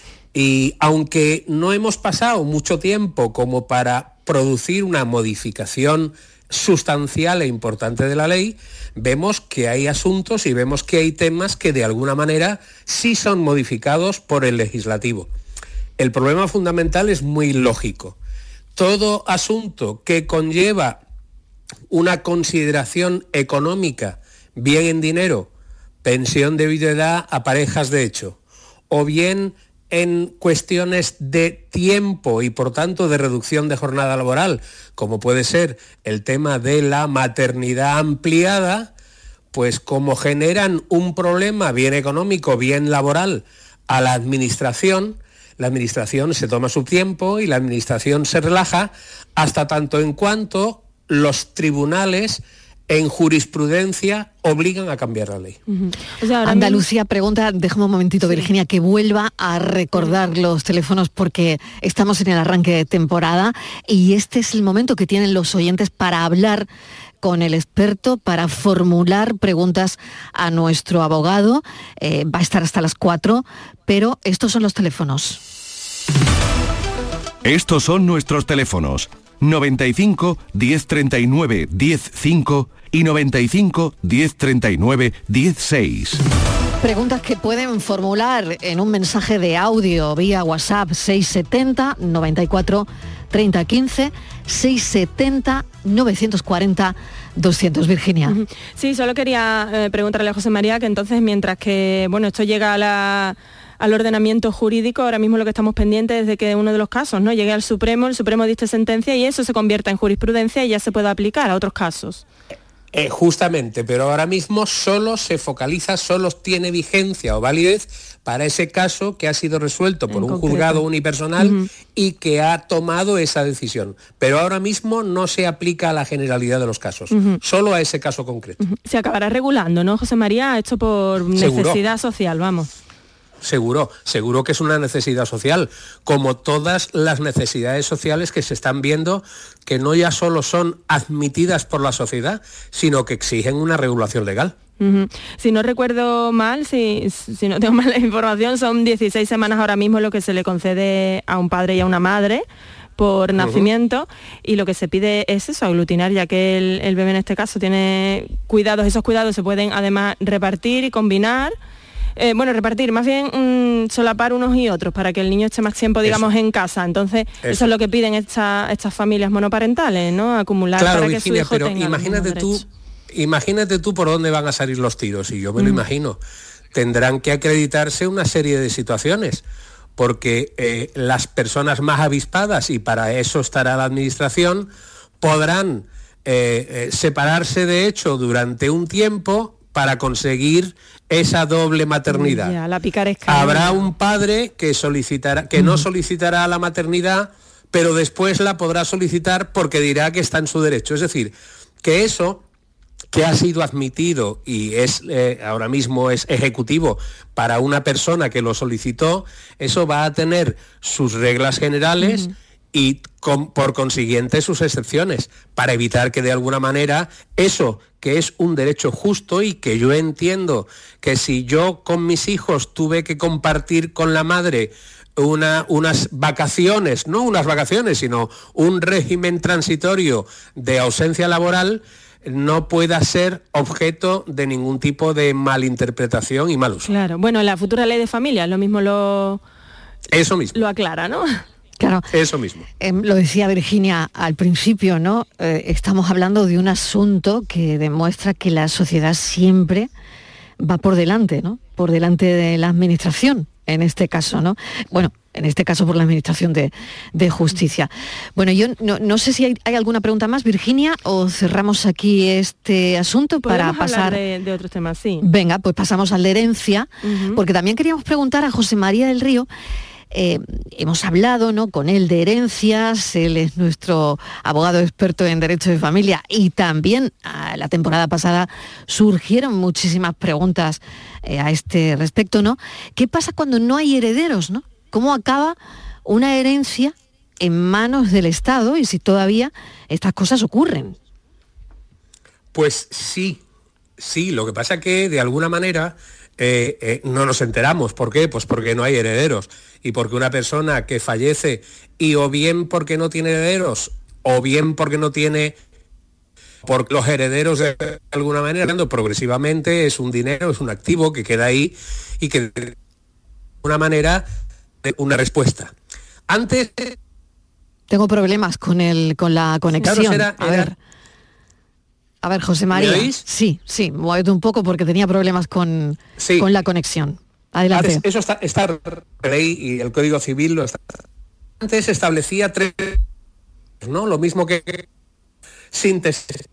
Y aunque no hemos pasado mucho tiempo como para producir una modificación sustancial e importante de la ley, vemos que hay asuntos y vemos que hay temas que de alguna manera sí son modificados por el legislativo. El problema fundamental es muy lógico. Todo asunto que conlleva una consideración económica, bien en dinero, pensión de viudedad a parejas de hecho, o bien en cuestiones de tiempo y por tanto de reducción de jornada laboral, como puede ser el tema de la maternidad ampliada, pues como generan un problema bien económico, bien laboral a la administración, la administración se toma su tiempo y la administración se relaja hasta tanto en cuanto los tribunales en jurisprudencia obligan a cambiar la ley. Uh-huh. O sea, Andalucía Pregunta, déjame un momentito, sí. Virginia, que vuelva a recordar uh-huh. los teléfonos porque estamos en el arranque de temporada y este es el momento que tienen los oyentes para hablar con el experto, para formular preguntas a nuestro abogado. Eh, va a estar hasta las cuatro, pero estos son los teléfonos. Estos son nuestros teléfonos. noventa y cinco, diez treinta y nueve, diez cinco y noventa y cinco, diez treinta y nueve, diez seis. Preguntas que pueden formular en un mensaje de audio vía WhatsApp seiscientos setenta, noventa y cuatro, treinta quince, seiscientos setenta, novecientos cuarenta, doscientos. Virginia. Sí, solo quería eh, preguntarle a José María que entonces mientras que bueno esto llega a la al ordenamiento jurídico, ahora mismo lo que estamos pendientes es de que uno de los casos no llegue al Supremo, el Supremo dicte sentencia y eso se convierta en jurisprudencia y ya se pueda aplicar a otros casos. Eh, justamente, pero ahora mismo solo se focaliza, solo tiene vigencia o validez para ese caso que ha sido resuelto por en un concreto. Juzgado unipersonal uh-huh. y que ha tomado esa decisión. Pero ahora mismo no se aplica a la generalidad de los casos, uh-huh. solo a ese caso concreto. Uh-huh. Se acabará regulando, ¿no, José María? Esto por necesidad ¿Seguro? social, vamos. Seguro, seguro que es una necesidad social, como todas las necesidades sociales que se están viendo, que no ya solo son admitidas por la sociedad, sino que exigen una regulación legal. Uh-huh. Si no recuerdo mal, si, si no tengo mala información, son dieciséis semanas ahora mismo lo que se le concede a un padre y a una madre por nacimiento, uh-huh. y lo que se pide es eso, aglutinar, ya que el, el bebé en este caso tiene cuidados, esos cuidados se pueden además repartir y combinar. Eh, bueno, repartir, más bien mmm, solapar unos y otros para que el niño esté más tiempo, digamos, eso. en casa. Entonces, eso. eso es lo que piden esta, estas familias monoparentales, ¿no? Acumular claro, para Virginia, que su hijo pero tenga imagínate tú, imagínate tú por dónde van a salir los tiros, y yo me mm. lo imagino. Tendrán que acreditarse una serie de situaciones, porque eh, las personas más avispadas, y para eso estará la administración, podrán eh, eh, separarse de hecho durante un tiempo para conseguir esa doble maternidad. Ya, la picaresca. Habrá un padre que solicitará, que uh-huh. no solicitará la maternidad, pero después la podrá solicitar porque dirá que está en su derecho. Es decir, que eso que ha sido admitido y es eh, ahora mismo es ejecutivo para una persona que lo solicitó, eso va a tener sus reglas generales uh-huh. y con, por consiguiente sus excepciones, para evitar que de alguna manera eso que es un derecho justo, y que yo entiendo que si yo con mis hijos tuve que compartir con la madre una, unas vacaciones, no unas vacaciones, sino un régimen transitorio de ausencia laboral, no pueda ser objeto de ningún tipo de malinterpretación y mal uso. Claro, bueno, la futura ley de familia lo mismo lo... Eso mismo. Lo aclara, ¿no? Claro. Eso mismo. Eh, lo decía Virginia al principio, ¿no? Eh, estamos hablando de un asunto que demuestra que la sociedad siempre va por delante, ¿no? Por delante de la administración, en este caso, ¿no? Bueno, en este caso por la Administración de, de Justicia. Bueno, yo no, no sé si hay, hay alguna pregunta más, Virginia, o cerramos aquí este asunto para pasar... hablar de, de otros temas, sí. Venga, pues pasamos al de herencia, uh-huh. porque también queríamos preguntar a José María del Río. Eh, hemos hablado, ¿no?, con él de herencias, él es nuestro abogado experto en derecho de familia, y también a la temporada pasada surgieron muchísimas preguntas eh, a este respecto, ¿no? ¿Qué pasa cuando no hay herederos, ¿no? ¿Cómo acaba una herencia en manos del Estado y si todavía estas cosas ocurren? Pues sí, sí, lo que pasa que de alguna manera eh, eh, no nos enteramos. ¿Por qué? Pues porque no hay herederos. Y porque una persona que fallece, y o bien porque no tiene herederos, o bien porque no tiene, porque los herederos de alguna manera, progresivamente es un dinero, es un activo que queda ahí y que de alguna manera una respuesta. Antes... Tengo problemas con el con la conexión. Claro, era, a ver, a ver, José María. ¿Me oís? Sí, sí, muévete un poco porque tenía problemas con, sí. con la conexión. Adelante. Antes, eso está, está la ley y el Código Civil lo está. Antes establecía tres, ¿no? Lo mismo que síntesis.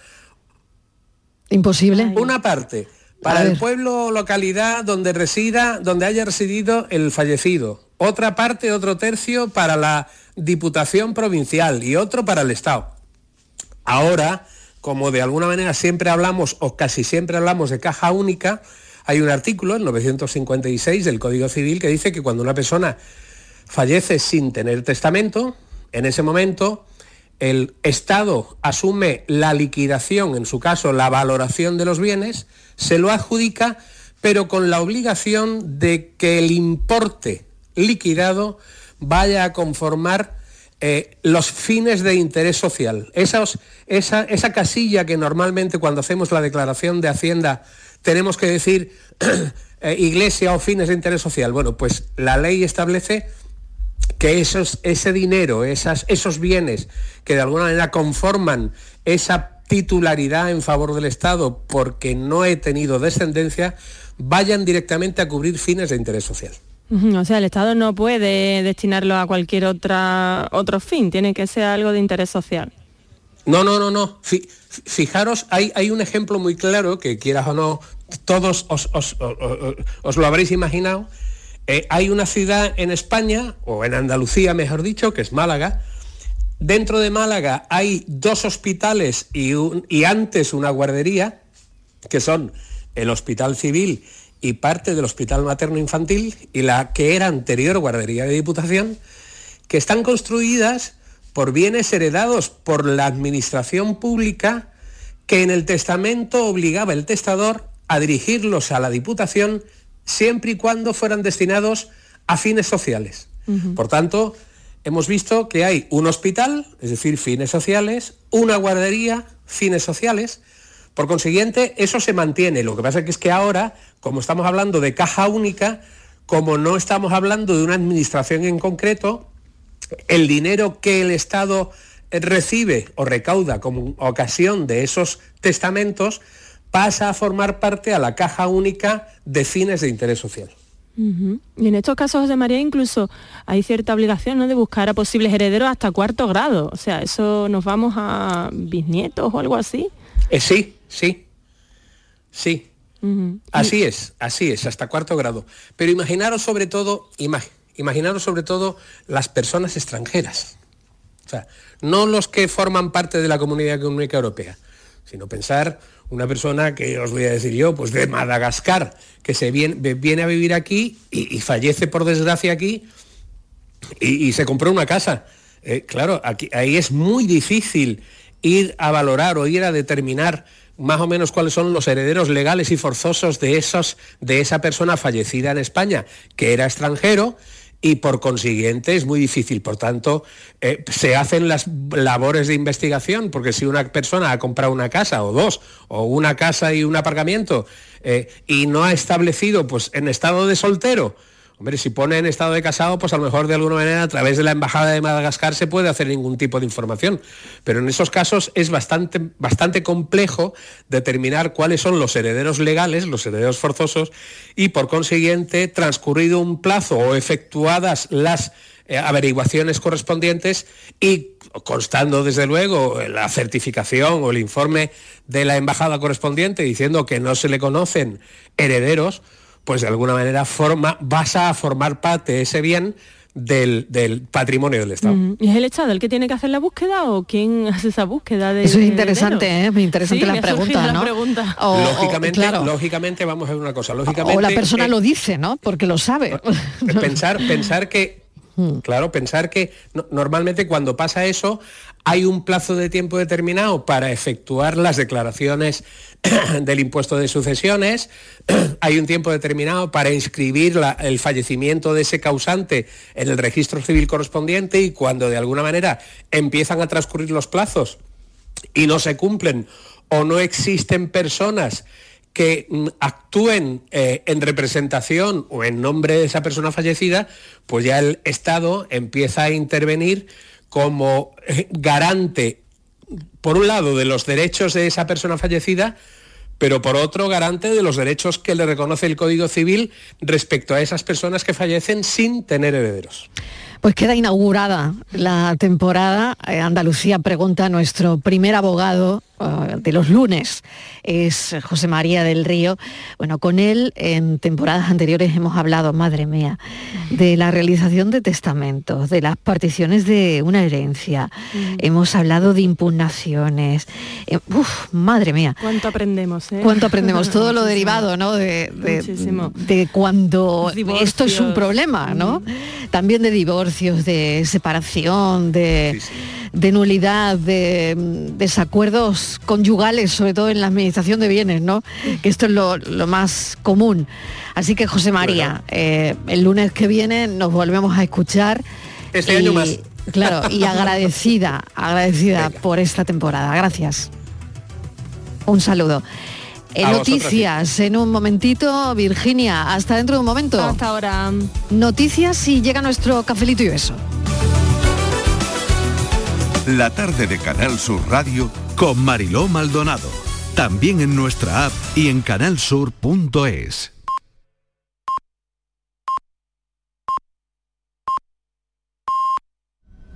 Imposible. Una parte para el pueblo o localidad donde resida, donde haya residido el fallecido. Otra parte, otro tercio para la Diputación Provincial y otro para el Estado. Ahora, como de alguna manera siempre hablamos, o casi siempre hablamos de caja única, hay un artículo, el novecientos cincuenta y seis del Código Civil, que dice que cuando una persona fallece sin tener testamento, en ese momento el Estado asume la liquidación, en su caso la valoración de los bienes, se lo adjudica, pero con la obligación de que el importe liquidado vaya a conformar eh, los fines de interés social. Esos, esa, esa casilla que normalmente cuando hacemos la declaración de Hacienda tenemos que decir eh, iglesia o fines de interés social. Bueno, pues la ley establece que esos, ese dinero, esas, esos bienes que de alguna manera conforman esa titularidad en favor del Estado porque no he tenido descendencia, vayan directamente a cubrir fines de interés social. O sea, el Estado no puede destinarlo a cualquier otra, otro fin, tiene que ser algo de interés social. No, no, no, no. Fijaros, hay, hay un ejemplo muy claro que quieras o no, todos os, os, os, os, os lo habréis imaginado. Eh, hay una ciudad en España, o en Andalucía mejor dicho, que es Málaga. Dentro de Málaga hay dos hospitales y, un, y antes una guardería, que son el Hospital Civil y parte del Hospital Materno Infantil, y la que era anterior guardería de Diputación, que están construidas por bienes heredados por la administración pública, que en el testamento obligaba el testador a dirigirlos a la Diputación siempre y cuando fueran destinados a fines sociales. Uh-huh. Por tanto, hemos visto que hay un hospital, es decir, fines sociales, una guardería, fines sociales. Por consiguiente, eso se mantiene. Lo que pasa es que ahora, como estamos hablando de caja única, como no estamos hablando de una administración en concreto, el dinero que el Estado recibe o recauda como ocasión de esos testamentos pasa a formar parte a la caja única de fines de interés social. Uh-huh. Y en estos casos, José María, incluso hay cierta obligación, ¿no?, de buscar a posibles herederos hasta cuarto grado. O sea, ¿eso nos vamos a bisnietos o algo así? Eh, sí, sí, sí. Uh-huh. Así es, así es, hasta cuarto grado. Pero imaginaros sobre todo, imag- imaginaros sobre todo las personas extranjeras. O sea, no los que forman parte de la Comunidad Económica Europea, sino pensar una persona que os voy a decir yo, pues de Madagascar, que se viene, viene a vivir aquí y, y fallece por desgracia aquí y, y se compró una casa. Eh, claro, aquí, ahí es muy difícil ir a valorar o ir a determinar más o menos cuáles son los herederos legales y forzosos de, esos, de esa persona fallecida en España, que era extranjero, y por consiguiente es muy difícil. Por tanto, eh, se hacen las labores de investigación, porque si una persona ha comprado una casa o dos, o una casa y un aparcamiento, eh, y no ha establecido pues en estado de soltero, hombre, si pone en estado de casado, pues a lo mejor de alguna manera a través de la Embajada de Madagascar se puede hacer ningún tipo de información. Pero en esos casos es bastante, bastante complejo determinar cuáles son los herederos legales, los herederos forzosos, y por consiguiente, transcurrido un plazo o efectuadas las eh, averiguaciones correspondientes y constando desde luego la certificación o el informe de la embajada correspondiente diciendo que no se le conocen herederos, pues de alguna manera forma, vas a formar parte de ese bien del, del patrimonio del Estado. Mm, ¿y es el Estado el que tiene que hacer la búsqueda o quién hace esa búsqueda? De, Eso es interesante, ¿eh? Muy interesante sí, la pregunta, ¿no? La pregunta. O, lógicamente, o, claro. lógicamente, vamos a ver una cosa. Lógicamente, o la persona eh, lo dice, ¿no? Porque lo sabe. Pensar, pensar que Claro, pensar que no, normalmente cuando pasa eso hay un plazo de tiempo determinado para efectuar las declaraciones del impuesto de sucesiones, hay un tiempo determinado para inscribir la, el fallecimiento de ese causante en el registro civil correspondiente, y cuando de alguna manera empiezan a transcurrir los plazos y no se cumplen o no existen personas que actúen eh, en representación o en nombre de esa persona fallecida, pues ya el Estado empieza a intervenir como garante, por un lado, de los derechos de esa persona fallecida, pero por otro, garante de los derechos que le reconoce el Código Civil respecto a esas personas que fallecen sin tener herederos. Pues queda inaugurada la temporada. Eh, Andalucía Pregunta. Nuestro primer abogado uh, de los lunes es José María del Río. Bueno, con él en temporadas anteriores hemos hablado, madre mía, de la realización de testamentos, de las particiones de una herencia. Mm. Hemos hablado de impugnaciones. Eh, uf, madre mía. ¿Cuánto aprendemos? ¿eh? ¿Cuánto aprendemos? Todo lo derivado, ¿no? De, de, de cuando Divorcios. Esto es un problema, ¿no? Mm. También de divorcio, de separación, de, sí, sí. de nulidad, de desacuerdos conyugales, sobre todo en la administración de bienes, ¿no? Que esto es lo, lo más común. Así que, José María, bueno. eh, el lunes que viene nos volvemos a escuchar. Este y, año más. Claro, y agradecida, agradecida Venga. por esta temporada. Gracias. Un saludo. En noticias, sí. en un momentito, Virginia, hasta dentro de un momento. Hasta ahora. Noticias y llega nuestro cafelito y beso. La tarde de Canal Sur Radio con Mariló Maldonado. También en nuestra app y en canal sur punto es.